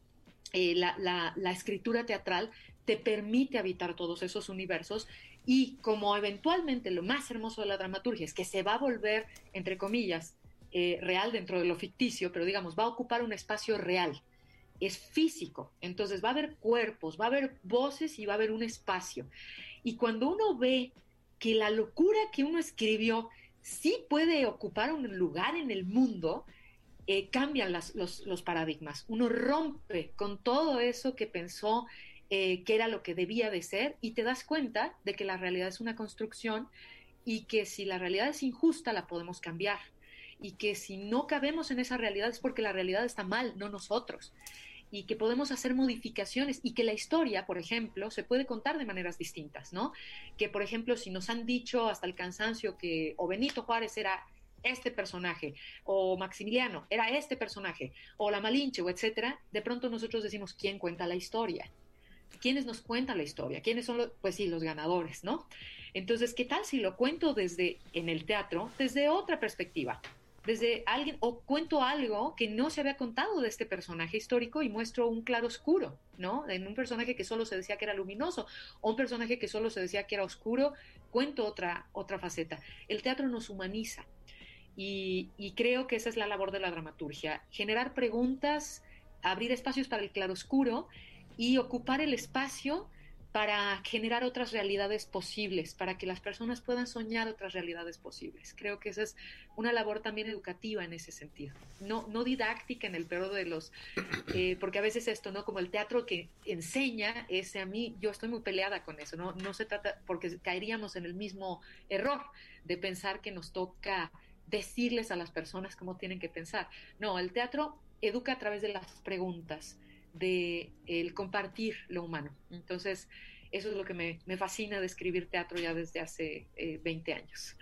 eh, la, la, la escritura teatral te permite habitar todos esos universos y como eventualmente lo más hermoso de la dramaturgia es que se va a volver, entre comillas, eh, real dentro de lo ficticio, pero digamos, va a ocupar un espacio real, es físico, entonces va a haber cuerpos, va a haber voces y va a haber un espacio. Y cuando uno ve que la locura que uno escribió sí puede ocupar un lugar en el mundo, eh, cambian las, los, los paradigmas. Uno rompe con todo eso que pensó eh, que era lo que debía de ser y te das cuenta de que la realidad es una construcción y que si la realidad es injusta la podemos cambiar y que si no cabemos en esa realidad es porque la realidad está mal, no nosotros, y que podemos hacer modificaciones y que la historia, por ejemplo, se puede contar de maneras distintas, ¿no? Que, por ejemplo, si nos han dicho hasta el cansancio que o Benito Juárez era este personaje, o Maximiliano era este personaje, o la Malinche, o etcétera, de pronto nosotros decimos, ¿quién cuenta la historia? ¿Quiénes nos cuentan la historia? ¿Quiénes son los, pues sí, los ganadores, ¿no? Entonces, ¿qué tal si lo cuento desde, en el teatro, desde otra perspectiva? Desde alguien, o cuento algo que no se había contado de este personaje histórico y muestro un claroscuro, ¿no? En un personaje que solo se decía que era luminoso, o un personaje que solo se decía que era oscuro, cuento otra, otra faceta. El teatro nos humaniza y, y creo que esa es la labor de la dramaturgia, generar preguntas, abrir espacios para el claroscuro y ocupar el espacio para generar otras realidades posibles, para que las personas puedan soñar otras realidades posibles. Creo que esa es una labor también educativa en ese sentido. No, no didáctica en el peor de los... Eh, porque a veces esto, ¿no? Como el teatro que enseña, ese a mí, yo estoy muy peleada con eso, ¿no? No se trata, porque caeríamos en el mismo error de pensar que nos toca decirles a las personas cómo tienen que pensar. No, el teatro educa a través de las preguntas, de el compartir lo humano. Entonces, eso es lo que me, me fascina de escribir teatro ya desde hace eh, veinte años.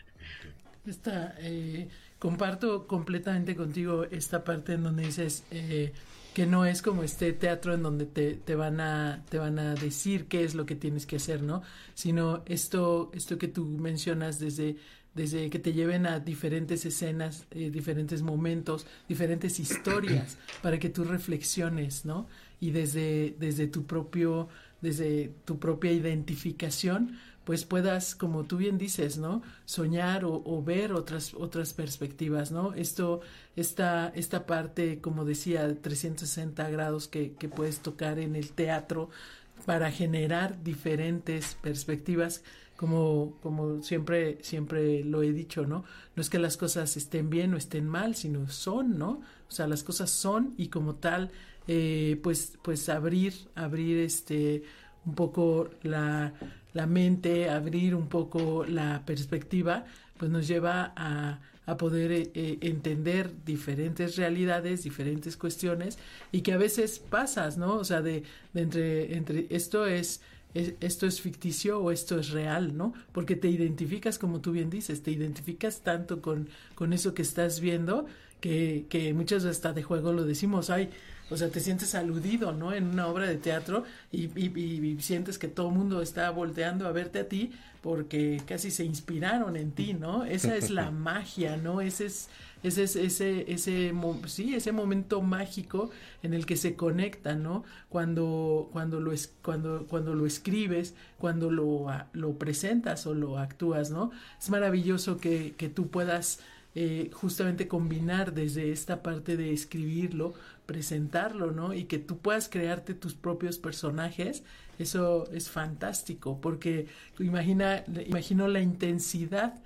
Esta, eh, comparto completamente contigo esta parte en donde dices eh, que no es como este teatro en donde te, te van a te van a decir qué es lo que tienes que hacer, ¿no? Sino esto esto que tú mencionas desde desde que te lleven a diferentes escenas, eh, diferentes momentos, diferentes historias, para que tú reflexiones, ¿no? Y desde, desde tu propio, desde tu propia identificación, pues puedas, como tú bien dices, ¿no? Soñar o, o ver otras, otras perspectivas, ¿no? Esto, esta, esta parte, como decía, trescientos sesenta grados que, que puedes tocar en el teatro, para generar diferentes perspectivas, como, como siempre, siempre lo he dicho, ¿no? No es que las cosas estén bien o estén mal, sino son, ¿no? O sea, las cosas son y como tal, eh, pues, pues abrir, abrir este, un poco la, la mente, abrir un poco la perspectiva, pues nos lleva a, a poder eh, entender diferentes realidades, diferentes cuestiones, y que a veces pasas, ¿no? O sea, de, de entre, entre esto es, es, esto es ficticio o esto es real, ¿no? Porque te identificas, como tú bien dices, te identificas tanto con, con eso que estás viendo, que, que muchas veces hasta de juego lo decimos, ay, o sea, te sientes aludido, ¿no? En una obra de teatro y, y, y, y sientes que todo el mundo está volteando a verte a ti porque casi se inspiraron en ti, ¿no? Esa es la magia, ¿no? Ese es ese es ese ese sí, ese momento mágico en el que se conectan, ¿no? Cuando cuando lo es cuando cuando lo escribes, cuando lo lo presentas o lo actúas, ¿no? Es maravilloso que que tú puedas Eh, justamente combinar desde esta parte de escribirlo, presentarlo, ¿no? Y que tú puedas crearte tus propios personajes, eso es fantástico, porque imagina, imagino la intensidad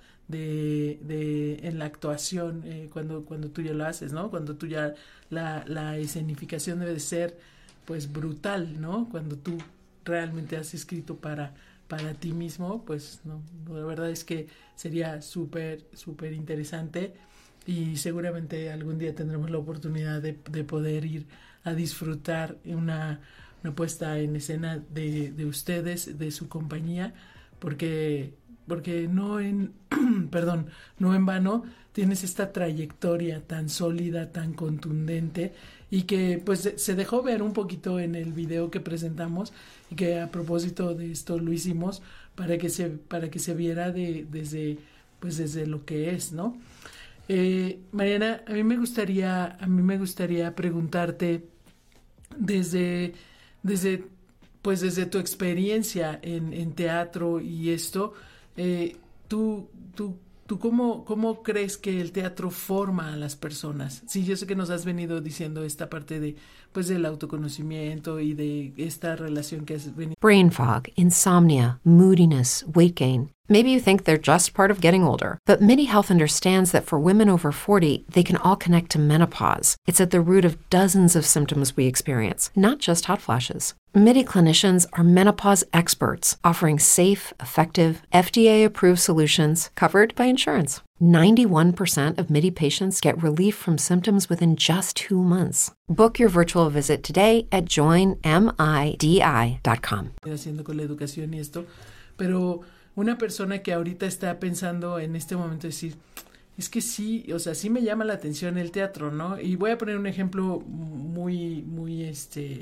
de, de en la actuación eh, cuando, cuando tú ya lo haces, ¿no? Cuando tú ya la, la escenificación debe de ser pues brutal, ¿no? Cuando tú realmente has escrito para para ti mismo, pues no, la verdad es que sería súper, súper interesante y seguramente algún día tendremos la oportunidad de, de poder ir a disfrutar una, una puesta en escena de, de ustedes, de su compañía, porque, porque no en, perdón, no en vano tienes esta trayectoria tan sólida, tan contundente y que pues se dejó ver un poquito en el video que presentamos y que a propósito de esto lo hicimos para que se para que se viera de desde pues desde lo que es, ¿no? Eh, Mariana, a mí me gustaría a mí me gustaría preguntarte desde, desde, pues desde tu experiencia en, en teatro y esto, eh, tú, tú, tú cómo, cómo crees que el teatro forma a las personas. Sí, yo sé que nos has venido diciendo esta parte de, pues, del autoconocimiento y de esta relación que has venido. Brain fog, insomnia, moodiness, weight gain. Maybe you think they're just part of getting older, but MIDI Health understands that for women over forty, they can all connect to menopause. It's at the root of dozens of symptoms we experience, not just hot flashes. MIDI clinicians are menopause experts, offering safe, effective, F D A-approved solutions covered by insurance. ninety-one percent of MIDI patients get relief from symptoms within just two months. Book your virtual visit today at join midi dot com. Haciendo con la educación y esto, pero una persona que ahorita está pensando en este momento decir, es que sí, o sea, sí me llama la atención el teatro, ¿no? Y voy a poner un ejemplo muy, muy, este,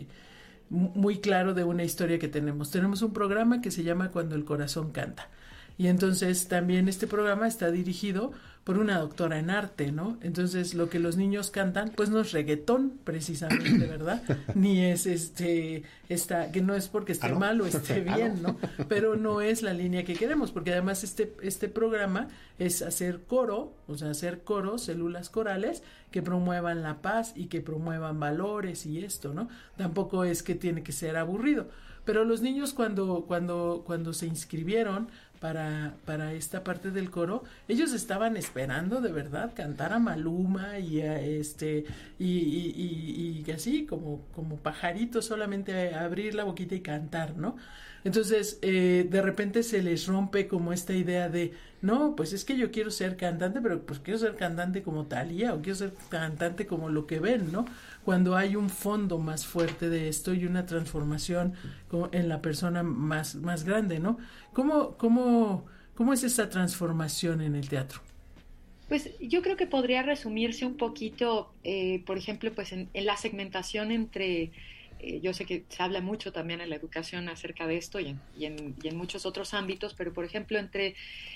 muy claro de una historia que tenemos. Tenemos un programa que se llama Cuando el corazón canta. Y entonces también este programa está dirigido por una doctora en arte, ¿no? Entonces lo que los niños cantan, pues no es reggaetón precisamente, ¿verdad? Ni es este, esta, que no es porque esté ¿Ah, no? mal o esté bien, ¿no? Pero no es la línea que queremos, porque además este, este programa es hacer coro, o sea, hacer coros, células corales, que promuevan la paz y que promuevan valores y esto, ¿no? Tampoco es que tiene que ser aburrido. Pero los niños cuando, cuando, cuando se inscribieron para, para esta parte del coro, ellos estaban esperando de verdad cantar a Maluma y a este y, y, y, y así como, como pajaritos, solamente abrir la boquita y cantar, ¿no? Entonces eh, de repente se les rompe como esta idea de no, pues es que yo quiero ser cantante, pero pues quiero ser cantante como Thalía o quiero ser cantante como lo que ven, ¿no? Cuando hay un fondo más fuerte de esto y una transformación en la persona más, más grande, ¿no? ¿Cómo, cómo, cómo es esa transformación en el teatro? Pues yo creo que podría resumirse un poquito, eh, por ejemplo, pues en, en la segmentación entre, eh, yo sé que se habla mucho también en la educación acerca de esto y en, y en, y en muchos otros ámbitos, pero por ejemplo entre,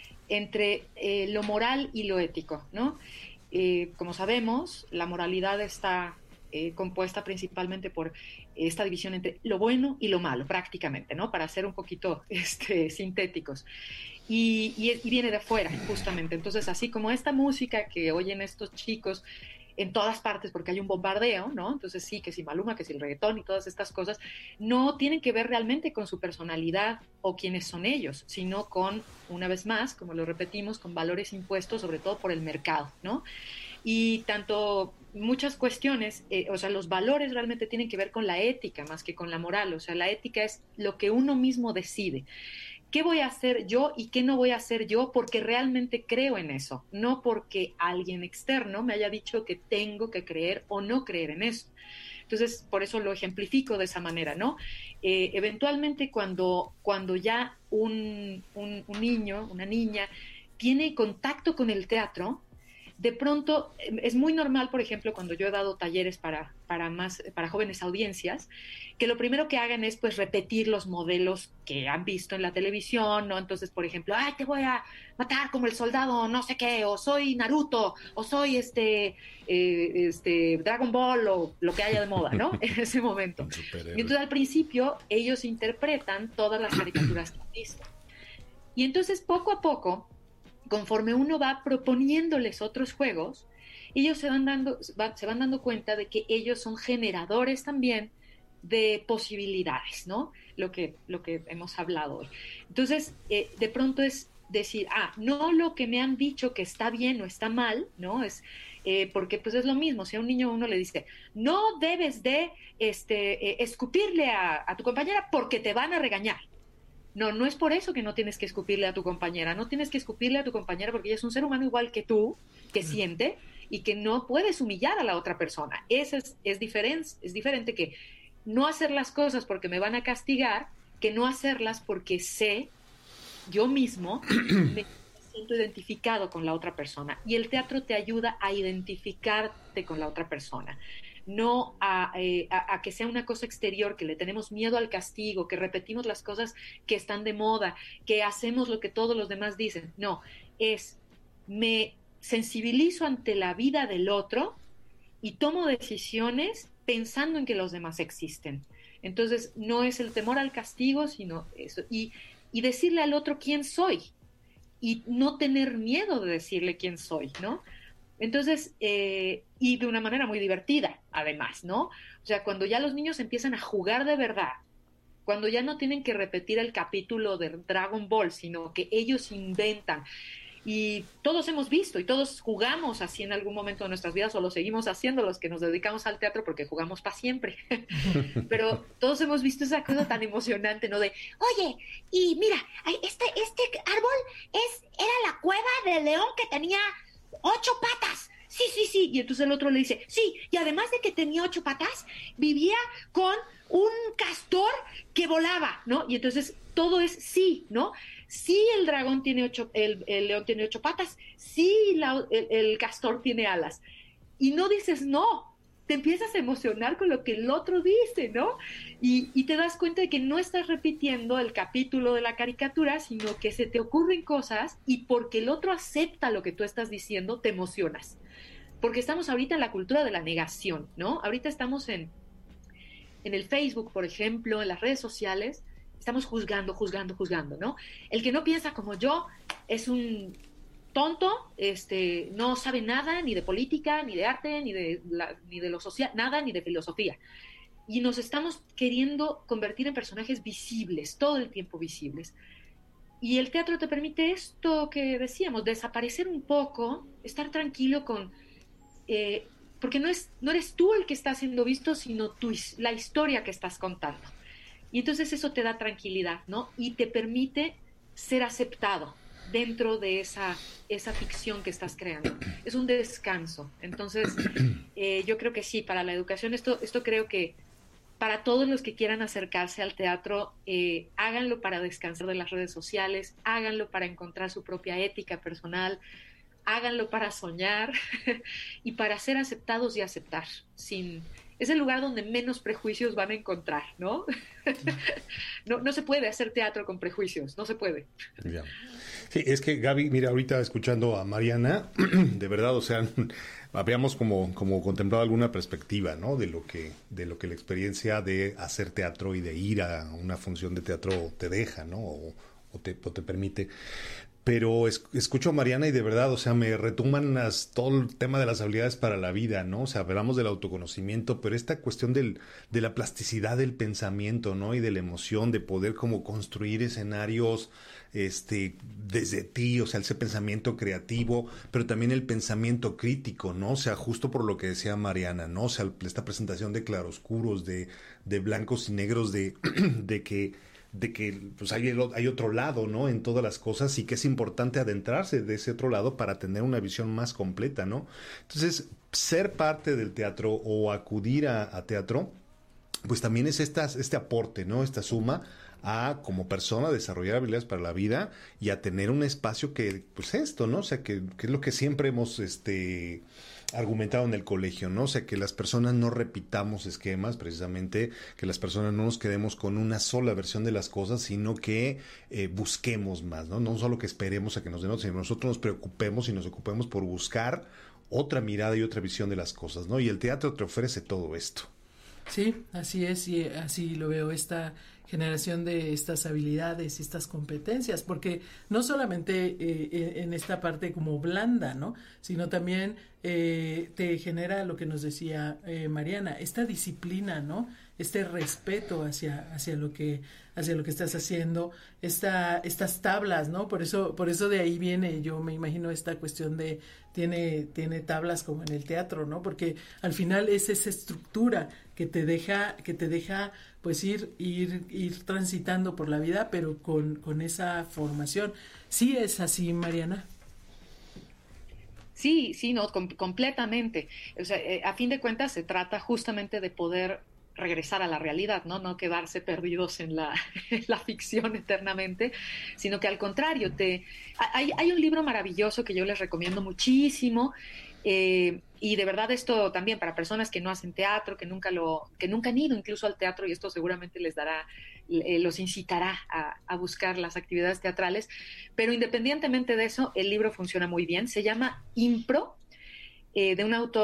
entre eh, lo moral y lo ético, ¿no? Eh, como sabemos, la moralidad está Eh, compuesta principalmente por esta división entre lo bueno y lo malo, prácticamente, ¿no? Para ser un poquito este, sintéticos. Y, y, y viene de afuera, justamente. Entonces, así como esta música que oyen estos chicos en todas partes porque hay un bombardeo, ¿no? Entonces sí, que si Maluma, que si el reggaetón y todas estas cosas, no tienen que ver realmente con su personalidad o quiénes son ellos, sino con, una vez más, como lo repetimos, con valores impuestos sobre todo por el mercado, ¿no? Y tanto muchas cuestiones, eh, o sea, los valores realmente tienen que ver con la ética más que con la moral, o sea, la ética es lo que uno mismo decide. ¿Qué voy a hacer yo y qué no voy a hacer yo? Porque realmente creo en eso, no porque alguien externo me haya dicho que tengo que creer o no creer en eso. Entonces, por eso lo ejemplifico de esa manera, ¿no? Eh, eventualmente cuando, cuando ya un, un, un niño, una niña, tiene contacto con el teatro, de pronto es muy normal, por ejemplo, cuando yo he dado talleres para, para, más, para jóvenes audiencias, que lo primero que hagan es pues repetir los modelos que han visto en la televisión, ¿no? Entonces, por ejemplo, ay, te voy a matar como el soldado, no sé qué, o soy Naruto, o soy este, eh, este Dragon Ball, o lo que haya de moda, ¿no? En ese momento. Y entonces al principio ellos interpretan todas las caricaturas que han visto. Y entonces poco a poco, conforme uno va proponiéndoles otros juegos, ellos se van dando, va, se van dando cuenta de que ellos son generadores también de posibilidades, ¿no? Lo que, lo que hemos hablado hoy. Entonces, eh, de pronto es decir, ah, no lo que me han dicho que está bien o está mal, ¿no? Es, eh, porque pues es lo mismo, si a un niño uno le dice, no debes de este, eh, escupirle a, a tu compañera porque te van a regañar. No, no es por eso que no tienes que escupirle a tu compañera, no tienes que escupirle a tu compañera porque ella es un ser humano igual que tú, que siente y que no puedes humillar a la otra persona. Eso es, es, diferente, es diferente que no hacer las cosas porque me van a castigar, que no hacerlas porque sé, yo mismo, me siento identificado con la otra persona. Y el teatro te ayuda a identificarte con la otra persona. No a, eh, a, a que sea una cosa exterior, que le tenemos miedo al castigo, que repetimos las cosas que están de moda, que hacemos lo que todos los demás dicen. No, es me sensibilizo ante la vida del otro y tomo decisiones pensando en que los demás existen. Entonces, no es el temor al castigo, sino eso. Y, y decirle al otro quién soy. Y no tener miedo de decirle quién soy, ¿no? Entonces, eh, y de una manera muy divertida, además, ¿no? O sea, cuando ya los niños empiezan a jugar de verdad, cuando ya no tienen que repetir el capítulo de Dragon Ball, sino que ellos inventan. Y todos hemos visto y todos jugamos así en algún momento de nuestras vidas, o lo seguimos haciendo los que nos dedicamos al teatro, porque jugamos para siempre. Pero todos hemos visto esa cosa tan emocionante, ¿no? De, oye, y mira, este, este árbol es, era la cueva del león que tenía ocho patas. Sí, sí, sí. Y entonces el otro le dice, sí, y además de que tenía ocho patas, vivía con un castor que volaba, ¿no? Y entonces todo es sí, ¿no? Sí, el dragón tiene ocho, el, el león tiene ocho patas, sí, la, el, el castor tiene alas. Y no dices no, te empiezas a emocionar con lo que el otro dice, ¿no? Y, y te das cuenta de que no estás repitiendo el capítulo de la caricatura, sino que se te ocurren cosas y porque el otro acepta lo que tú estás diciendo, te emocionas. Porque estamos ahorita en la cultura de la negación, ¿no? Ahorita estamos en, en el Facebook, por ejemplo, en las redes sociales. Estamos juzgando, juzgando, juzgando, ¿no? El que no piensa como yo es un tonto, este, no sabe nada, ni de política, ni de arte, ni de, la, ni de lo social, nada, ni de filosofía. Y nos estamos queriendo convertir en personajes visibles, todo el tiempo visibles. Y el teatro te permite esto que decíamos, desaparecer un poco, estar tranquilo con... Eh, porque no, es, no eres tú el que está siendo visto, sino tú, la historia que estás contando. Y entonces eso te da tranquilidad, ¿no? Y te permite ser aceptado dentro de esa, esa ficción que estás creando. Es un descanso. Entonces, eh, yo creo que sí, para la educación, esto, esto creo que para todos los que quieran acercarse al teatro, eh, háganlo para descansar de las redes sociales, háganlo para encontrar su propia ética personal, háganlo para soñar y para ser aceptados y aceptar, sin... Es el lugar donde menos prejuicios van a encontrar, ¿no? no, no se puede hacer teatro con prejuicios, no se puede. Yeah. Sí, es que Gaby, mira, ahorita escuchando a Mariana, de verdad, o sea, habíamos como, como contemplado alguna perspectiva, ¿no? De lo que, de lo que la experiencia de hacer teatro y de ir a una función de teatro te deja, ¿no? O, o, te, o te permite. Pero es, escucho a Mariana y de verdad, o sea, me retumban las, todo el tema de las habilidades para la vida, ¿no? O sea, hablamos del autoconocimiento, pero esta cuestión del, de la plasticidad del pensamiento, ¿no? Y de la emoción, de poder como construir escenarios este, desde ti, o sea, ese pensamiento creativo, pero también el pensamiento crítico, ¿no? O sea, justo por lo que decía Mariana, ¿no? O sea, esta presentación de claroscuros, de, de blancos y negros, de, de que... de que pues hay, el, hay otro lado, ¿no? En todas las cosas y que es importante adentrarse de ese otro lado para tener una visión más completa, ¿no? Entonces, ser parte del teatro o acudir a, a teatro, pues también es esta, este aporte, ¿no? Esta suma a, como persona, desarrollar habilidades para la vida y a tener un espacio que, pues esto, ¿no? O sea, que, que es lo que siempre hemos, este... argumentado en el colegio, ¿no? O sea, que las personas no repitamos esquemas, precisamente, que las personas no nos quedemos con una sola versión de las cosas, sino que eh, busquemos más, ¿no? No solo que esperemos a que nos den otros, sino nosotros nos preocupemos y nos ocupemos por buscar otra mirada y otra visión de las cosas, ¿no? Y el teatro te ofrece todo esto. Sí, así es, y así lo veo, esta generación de estas habilidades y estas competencias, porque no solamente eh, en esta parte como blanda, ¿no? Sino también eh, te genera lo que nos decía eh, Mariana, esta disciplina, ¿no? Este respeto hacia, hacia lo que, hacia lo que estás haciendo, esta, estas tablas, ¿no? Por eso, por eso de ahí viene, yo me imagino esta cuestión de tiene, tiene tablas como en el teatro, ¿no? Porque al final es esa estructura que te deja, que te deja pues ir, ir, ir transitando por la vida, pero con, con esa formación. ¿Sí es así, Mariana? Sí, sí, no, com- completamente. O sea, eh, a fin de cuentas se trata justamente de poder regresar a la realidad, ¿no? No quedarse perdidos en la, en la ficción eternamente, sino que al contrario, te, hay, hay un libro maravilloso que yo les recomiendo muchísimo, eh, y de verdad esto también para personas que no hacen teatro, que nunca lo, que nunca han ido incluso al teatro, y esto seguramente les dará, eh, los incitará a, a buscar las actividades teatrales, pero independientemente de eso, el libro funciona muy bien, se llama Impro, eh, de un autor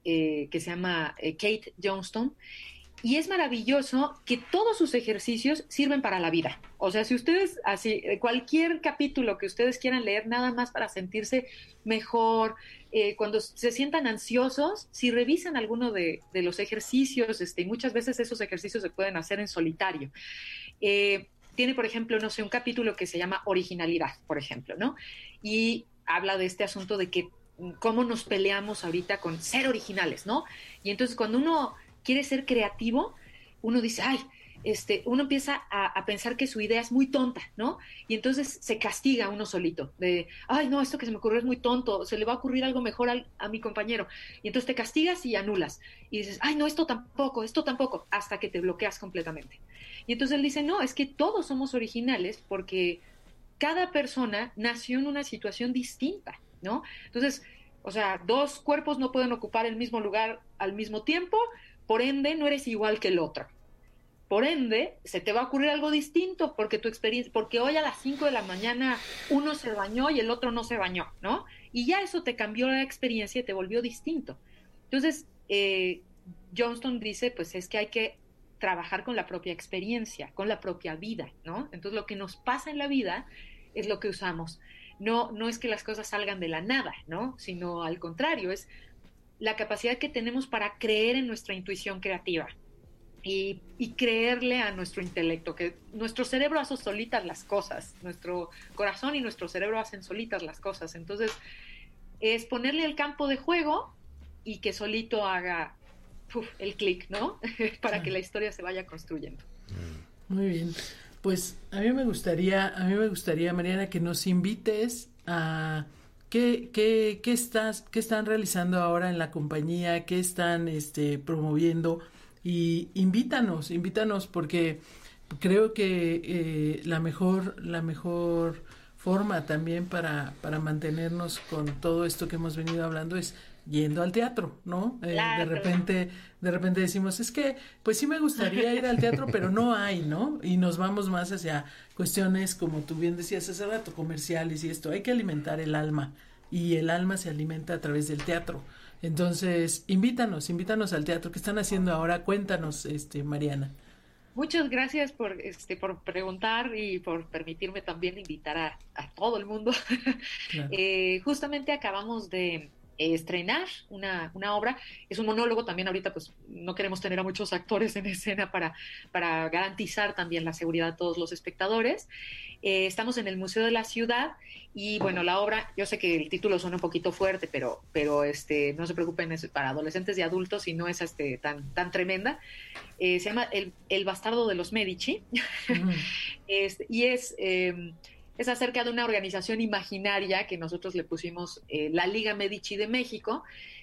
eh, que se llama eh, Kate Johnston, y es maravilloso que todos sus ejercicios sirven para la vida. O sea, si ustedes, así, cualquier capítulo que ustedes quieran leer, nada más para sentirse mejor, eh, cuando se sientan ansiosos, si revisan alguno de, de los ejercicios, este, muchas veces esos ejercicios se pueden hacer en solitario. Eh, tiene, por ejemplo, no sé, un capítulo que se llama Originalidad, por ejemplo, ¿no? Y habla de este asunto de que cómo nos peleamos ahorita con ser originales, ¿no? Y entonces cuando uno quiere ser creativo, uno dice, ay, este, uno empieza a, a pensar que su idea es muy tonta, ¿no? Y entonces se castiga uno solito, de, ay, no, esto que se me ocurrió es muy tonto, se le va a ocurrir algo mejor al, a mi compañero. Y entonces te castigas y anulas. Y dices, ay, no, esto tampoco, esto tampoco, hasta que te bloqueas completamente. Y entonces él dice, no, es que todos somos originales porque cada persona nació en una situación distinta, ¿no? Entonces, o sea, dos cuerpos no pueden ocupar el mismo lugar al mismo tiempo, por ende, no eres igual que el otro. Por ende, se te va a ocurrir algo distinto porque tu experiencia, porque hoy a las cinco de la mañana uno se bañó y el otro no se bañó, ¿no? Y ya eso te cambió la experiencia y te volvió distinto. Entonces, eh, Johnston dice, pues es que hay que trabajar con la propia experiencia, con la propia vida, ¿no? Entonces, lo que nos pasa en la vida es lo que usamos. No, no es que las cosas salgan de la nada, ¿no? Sino al contrario, es la capacidad que tenemos para creer en nuestra intuición creativa y, y creerle a nuestro intelecto, que nuestro cerebro hace solitas las cosas, nuestro corazón y nuestro cerebro hacen solitas las cosas. Entonces, es ponerle el campo de juego y que solito haga uf, el clic, ¿no? Para que la historia se vaya construyendo. Muy bien. Pues a mí me gustaría, a mí me gustaría, Mariana, que nos invites a qué, qué, qué estás, qué están realizando ahora en la compañía, qué están este promoviendo, y invítanos, invítanos, porque creo que eh, la mejor, la mejor forma también para, para mantenernos con todo esto que hemos venido hablando es yendo al teatro, ¿no? Eh, Claro. de repente, de repente decimos, es que, pues sí me gustaría ir al teatro, pero no hay, ¿no? Y nos vamos más hacia cuestiones, como tú bien decías hace rato, comerciales y esto. Hay que alimentar el alma, y el alma se alimenta a través del teatro. Entonces, invítanos, invítanos al teatro. ¿Qué están haciendo ahora? Cuéntanos, este, Mariana. Muchas gracias por este por preguntar y por permitirme también invitar a, a todo el mundo. Claro. eh, justamente acabamos de eh, estrenar una, una obra, es un monólogo también. Ahorita pues no queremos tener a muchos actores en escena para, para garantizar también la seguridad de todos los espectadores. Eh, estamos en el Museo de la Ciudad y bueno, la obra, yo sé que el título suena un poquito fuerte, pero, pero este, no se preocupen, es para adolescentes y adultos y no es este, tan, tan tremenda. Eh, se llama El, el bastardo de los Medici. Mm. este, y es, eh, es acerca de una organización imaginaria que nosotros le pusimos eh, la Liga Medici de México,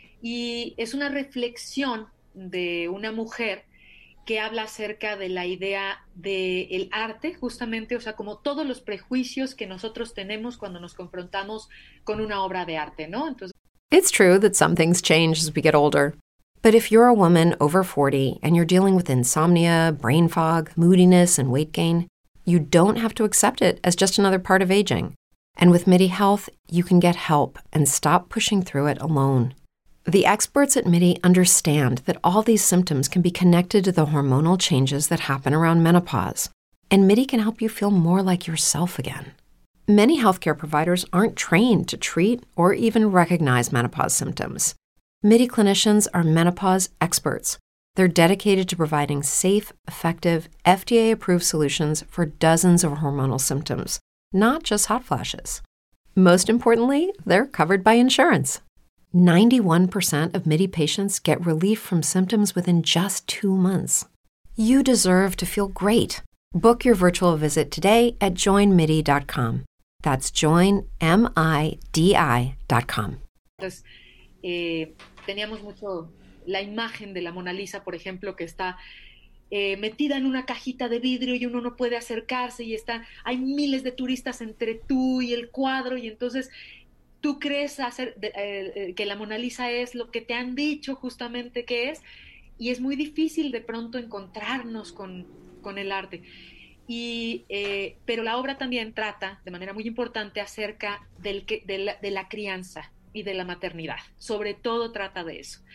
y es una reflexión de una mujer que habla acerca de la idea del arte, justamente, o sea, como todos los prejuicios que nosotros tenemos cuando nos confrontamos con una obra de arte, ¿no? Entonces, It's true that some things change as we get older. But if you're a woman over forty and you're dealing with insomnia, brain fog, moodiness, and weight gain, you don't have to accept it as just another part of aging. And with MIDI Health, you can get help and stop pushing through it alone. The experts at MIDI understand that all these symptoms can be connected to the hormonal changes that happen around menopause, and MIDI can help you feel more like yourself again. Many healthcare providers aren't trained to treat or even recognize menopause symptoms. MIDI clinicians are menopause experts. They're dedicated to providing safe, effective, F D A-approved solutions for dozens of hormonal symptoms, not just hot flashes. Most importantly, they're covered by insurance. ninety-one percent of MIDI patients get relief from symptoms within just two months. You deserve to feel great. Book your virtual visit today at join midi dot com. That's join midi dot com. Entonces, eh, teníamos mucho la imagen de la Mona Lisa, por ejemplo, que está eh, metida en una cajita de vidrio y uno no puede acercarse y está, hay miles de turistas entre tú y el cuadro, y entonces tú crees hacer, de, eh, que la Mona Lisa es lo que te han dicho justamente que es, y es muy difícil de pronto encontrarnos con, con el arte. Y, eh, pero la obra también trata de manera muy importante acerca del que, de, la, de la crianza y de la maternidad. Sobre todo trata de eso,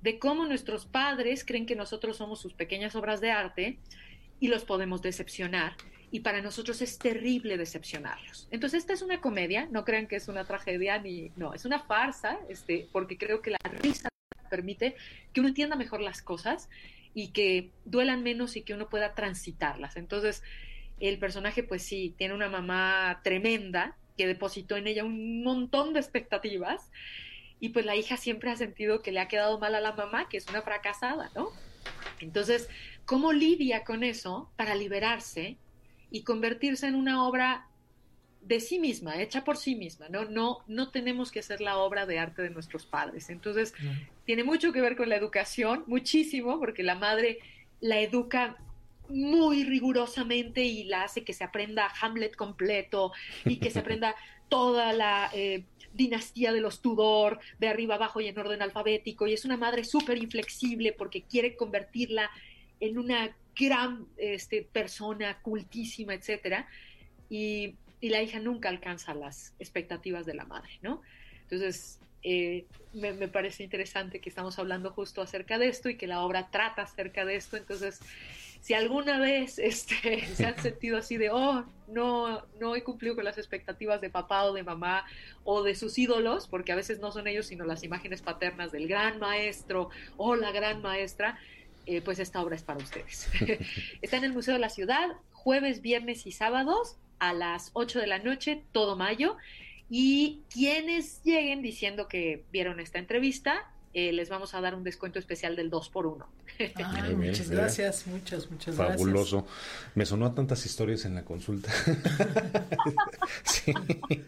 de cómo nuestros padres creen que nosotros somos sus pequeñas obras de arte y los podemos decepcionar. Y para nosotros es terrible decepcionarlos. Entonces esta es una comedia, no crean que es una tragedia, ni no, es una farsa, este, porque creo que la risa permite que uno entienda mejor las cosas y que duelan menos y que uno pueda transitarlas. Entonces el personaje pues sí, tiene una mamá tremenda que depositó en ella un montón de expectativas y pues la hija siempre ha sentido que le ha quedado mal a la mamá, que es una fracasada, ¿no? Entonces, ¿cómo lidia con eso para liberarse y convertirse en una obra de sí misma, hecha por sí misma? No, no, no tenemos que hacer la obra de arte de nuestros padres. Entonces, uh-huh. tiene mucho que ver con la educación, muchísimo, porque la madre la educa muy rigurosamente y la hace que se aprenda Hamlet completo y que se aprenda toda la eh, dinastía de los Tudor, de arriba abajo y en orden alfabético. Y es una madre súper inflexible porque quiere convertirla en una gran este, persona cultísima, etcétera, y, y la hija nunca alcanza las expectativas de la madre, ¿no? Entonces, eh, me, me parece interesante que estamos hablando justo acerca de esto y que la obra trata acerca de esto. Entonces, si alguna vez este, se han sentido así de, oh, no, no he cumplido con las expectativas de papá o de mamá o de sus ídolos, porque a veces no son ellos, sino las imágenes paternas del gran maestro o la gran maestra, Eh, pues esta obra es para ustedes. Está en el Museo de la Ciudad, jueves, viernes y sábados a las ocho de la noche, todo mayo. Y quienes lleguen diciendo que vieron esta entrevista, eh, les vamos a dar un descuento especial del dos por uno. Ay, bien, muchas mira. gracias, muchas, muchas Fabuloso. gracias. Fabuloso. Me sonó a tantas historias en la consulta. sí.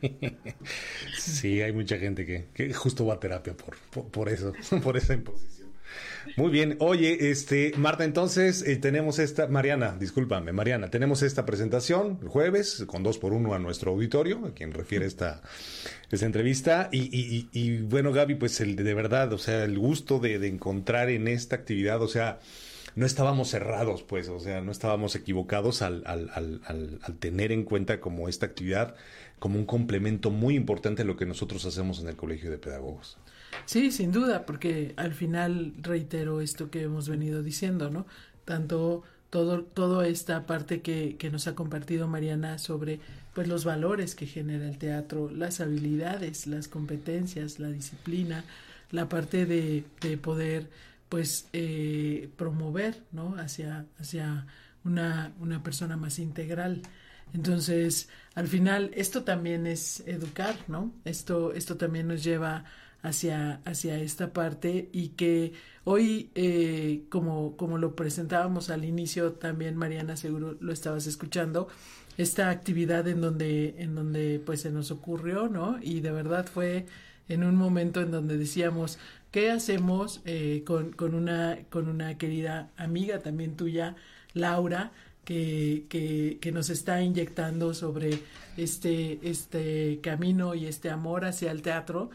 sí, hay mucha gente que, que justo va a terapia por, por, por eso, por esa imposición. Muy bien, oye, este, Marta, entonces eh, tenemos esta, Mariana, discúlpame, Mariana, tenemos esta presentación el jueves con dos por uno a nuestro auditorio, a quien refiere esta, esta entrevista, y, y, y bueno, Gaby, pues el de verdad, o sea, el gusto de, de encontrar en esta actividad, o sea, no estábamos cerrados, pues, o sea, no estábamos equivocados al, al, al, al, al tener en cuenta como esta actividad como un complemento muy importante a lo que nosotros hacemos en el Colegio de Pedagogos. Sí, sin duda, porque al final reitero esto que hemos venido diciendo, ¿no? Tanto todo toda esta parte que, que nos ha compartido Mariana sobre pues los valores que genera el teatro, las habilidades, las competencias, la disciplina, la parte de, de poder pues eh, promover, ¿no? hacia, hacia una, una persona más integral. Entonces, al final, esto también es educar, ¿no? Esto, esto también nos lleva hacia, hacia esta parte y que hoy, eh, como, como lo presentábamos al inicio, también Mariana, seguro lo estabas escuchando, esta actividad en donde, en donde pues se nos ocurrió, ¿no? Y de verdad fue en un momento en donde decíamos, ¿qué hacemos eh, con, con, una, con una querida amiga también tuya, Laura, que, que, que nos está inyectando sobre este, este camino y este amor hacia el teatro?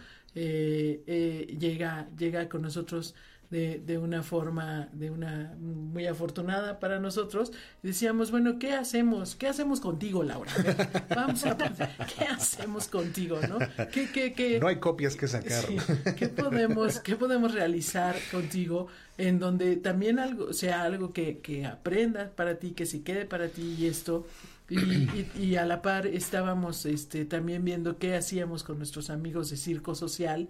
Eh, eh, llega, llega con nosotros de, de una forma, de una muy afortunada para nosotros. Decíamos, bueno, ¿qué hacemos? ¿Qué hacemos contigo, Laura? A ver, vamos a pensar, ¿qué hacemos contigo, no? ¿Qué, qué, qué, no hay copias que sacar. Sí, ¿qué podemos, qué podemos realizar contigo en donde también algo sea algo que, que aprendas para ti, que se quede para ti y esto? Y, y, y a la par estábamos este, también viendo qué hacíamos con nuestros amigos de Circo Social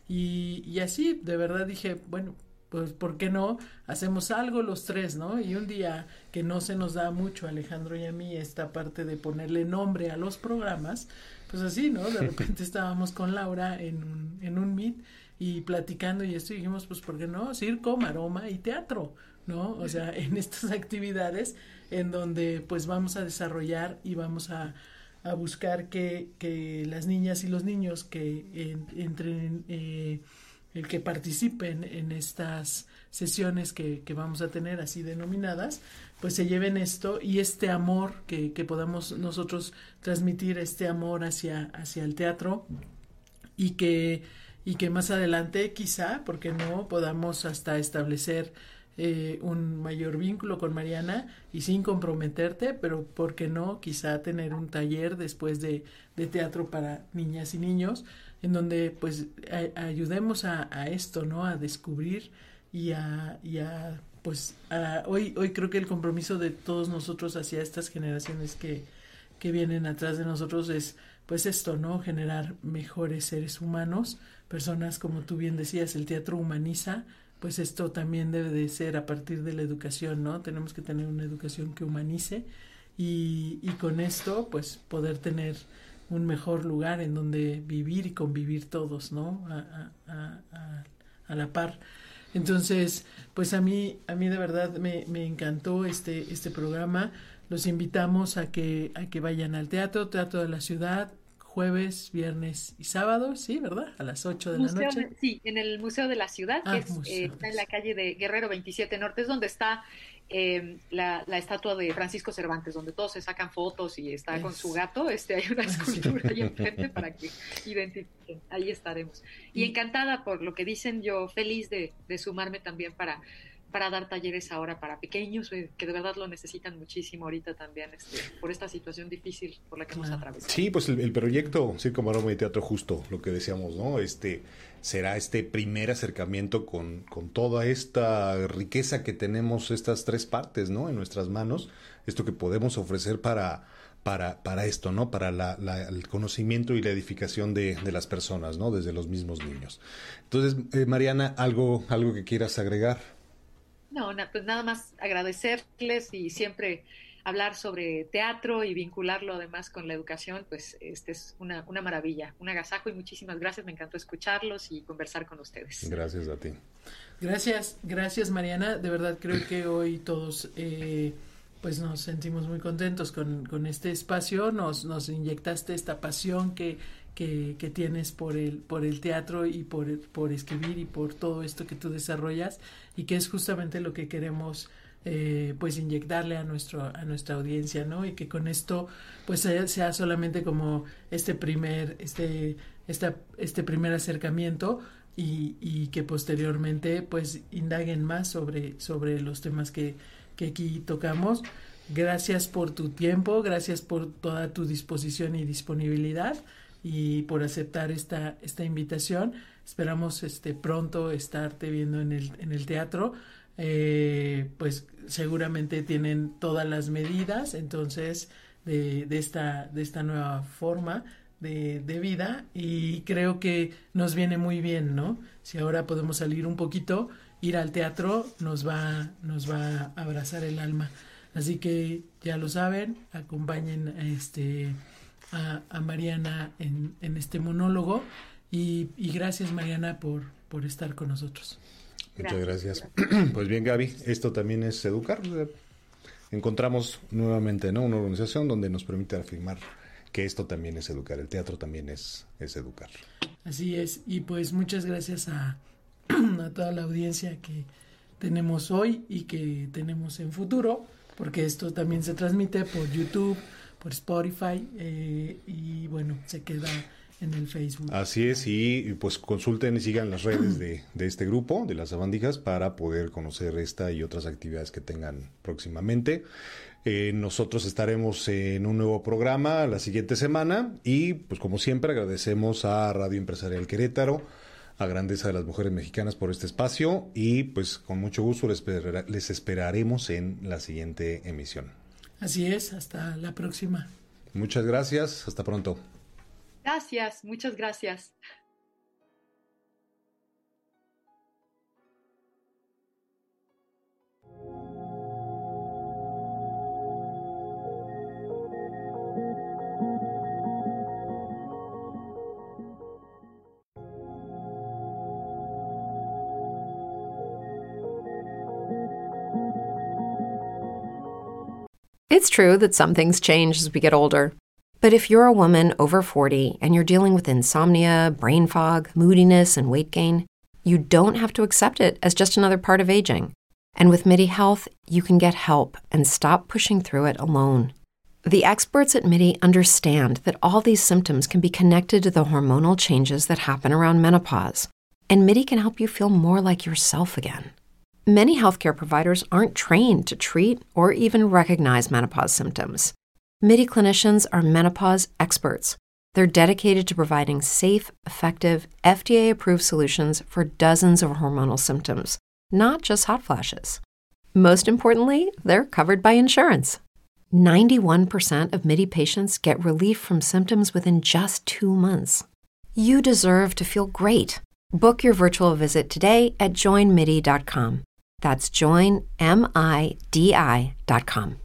y, y así de verdad dije, bueno, pues ¿por qué no? Hacemos algo los tres, ¿no? Y un día que no se nos da mucho a Alejandro y a mí esta parte de ponerle nombre a los programas, pues así, ¿no? De repente estábamos con Laura en un, en un meet y platicando y esto y dijimos, pues ¿por qué no? Circo, maroma y teatro, ¿no? O sea, en estas actividades en donde pues vamos a desarrollar y vamos a, a buscar que, que las niñas y los niños que en, entren, eh, el que participen en estas sesiones que, que vamos a tener así denominadas, pues se lleven esto y este amor que, que podamos nosotros transmitir, este amor hacia, hacia el teatro y que, y que más adelante quizá, porque no, podamos hasta establecer Eh, un mayor vínculo con Mariana y sin comprometerte, pero ¿por qué no? Quizá tener un taller después de, de teatro para niñas y niños en donde pues a, ayudemos a, a esto, ¿no? A descubrir y a, y a pues a, hoy, hoy creo que el compromiso de todos nosotros hacia estas generaciones que, que vienen atrás de nosotros es pues esto, ¿no? Generar mejores seres humanos, personas como tú bien decías, el teatro humaniza, pues esto también debe de ser a partir de la educación, ¿no? Tenemos que tener una educación que humanice y, y con esto pues poder tener un mejor lugar en donde vivir y convivir todos, ¿no? A, a, a, a la par. Entonces, pues a mí, a mí de verdad me, me encantó este, este programa. Los invitamos a que, a que vayan al teatro, Teatro de la Ciudad, jueves, viernes y sábado, sí, ¿verdad? A las ocho de Museo la noche. De, sí, en el Museo de la Ciudad, ah, que es, eh, está en la calle de Guerrero veintisiete Norte, es donde está eh, la, la estatua de Francisco Cervantes, donde todos se sacan fotos y está es. con su gato. Este, hay una escultura sí. ahí enfrente para que identifiquen. Ahí estaremos. Y, y encantada por lo que dicen, yo feliz de, de sumarme también para... para dar talleres ahora para pequeños, que de verdad lo necesitan muchísimo ahorita también, este, por esta situación difícil por la que hemos atravesado. Sí, pues el, el proyecto Circo, Maroma y Teatro, justo lo que decíamos, ¿no? Este será este primer acercamiento con, con toda esta riqueza que tenemos, estas tres partes, ¿no? En nuestras manos, esto que podemos ofrecer para... Para, para esto, ¿no? Para la, la, el conocimiento y la edificación de, de las personas, ¿no? Desde los mismos niños. Entonces, eh, Mariana, ¿algo, algo que quieras agregar? No, na, pues nada más agradecerles y siempre hablar sobre teatro y vincularlo además con la educación, pues este es una, una maravilla, un agasajo y muchísimas gracias, me encantó escucharlos y conversar con ustedes. Gracias a ti. Gracias, gracias Mariana, de verdad creo que hoy todos eh, pues nos sentimos muy contentos con, con este espacio, nos, nos inyectaste esta pasión que Que, que tienes por el por el teatro y por, por escribir y por todo esto que tú desarrollas y que es justamente lo que queremos eh, pues inyectarle a nuestro a nuestra audiencia, ¿no? Y que con esto pues sea, sea solamente como este primer este esta, este primer acercamiento y, y que posteriormente pues indaguen más sobre sobre los temas que, que aquí tocamos. Gracias por tu tiempo, gracias por toda tu disposición y disponibilidad y por aceptar esta esta invitación. Esperamos este pronto estarte viendo en el en el teatro. Eh, pues seguramente tienen todas las medidas entonces de, de esta de esta nueva forma de, de vida y creo que nos viene muy bien, ¿no? Si ahora podemos salir un poquito, ir al teatro nos va nos va a abrazar el alma. Así que ya lo saben, acompañen a este A, a Mariana en, en este monólogo y, y gracias Mariana por, por estar con nosotros. Muchas gracias. gracias. Pues bien Gaby, esto también es educar. Encontramos nuevamente, ¿no? Una organización donde nos permite afirmar que esto también es educar, el teatro también es, es educar. Así es, y pues muchas gracias a, a toda la audiencia que tenemos hoy y que tenemos en futuro, porque esto también se transmite por YouTube, por Spotify eh, y bueno, se queda en el Facebook. Así es, y pues consulten y sigan las redes de, de este grupo, de las Sabandijas, para poder conocer esta y otras actividades que tengan próximamente. Eh, nosotros estaremos en un nuevo programa la siguiente semana y pues como siempre agradecemos a Radio Empresarial Querétaro, a Grandeza de las Mujeres Mexicanas por este espacio y pues con mucho gusto les, espera, les esperaremos en la siguiente emisión. Así es, hasta la próxima. Muchas gracias, hasta pronto. Gracias, muchas gracias. It's true that some things change as we get older. But if you're a woman over forty and you're dealing with insomnia, brain fog, moodiness, and weight gain, you don't have to accept it as just another part of aging. And with MIDI Health, you can get help and stop pushing through it alone. The experts at MIDI understand that all these symptoms can be connected to the hormonal changes that happen around menopause. And MIDI can help you feel more like yourself again. Many healthcare providers aren't trained to treat or even recognize menopause symptoms. MIDI clinicians are menopause experts. They're dedicated to providing safe, effective, F D A-approved solutions for dozens of hormonal symptoms, not just hot flashes. Most importantly, they're covered by insurance. ninety-one percent of MIDI patients get relief from symptoms within just two months. You deserve to feel great. Book your virtual visit today at join midi dot com. That's join midi dot com.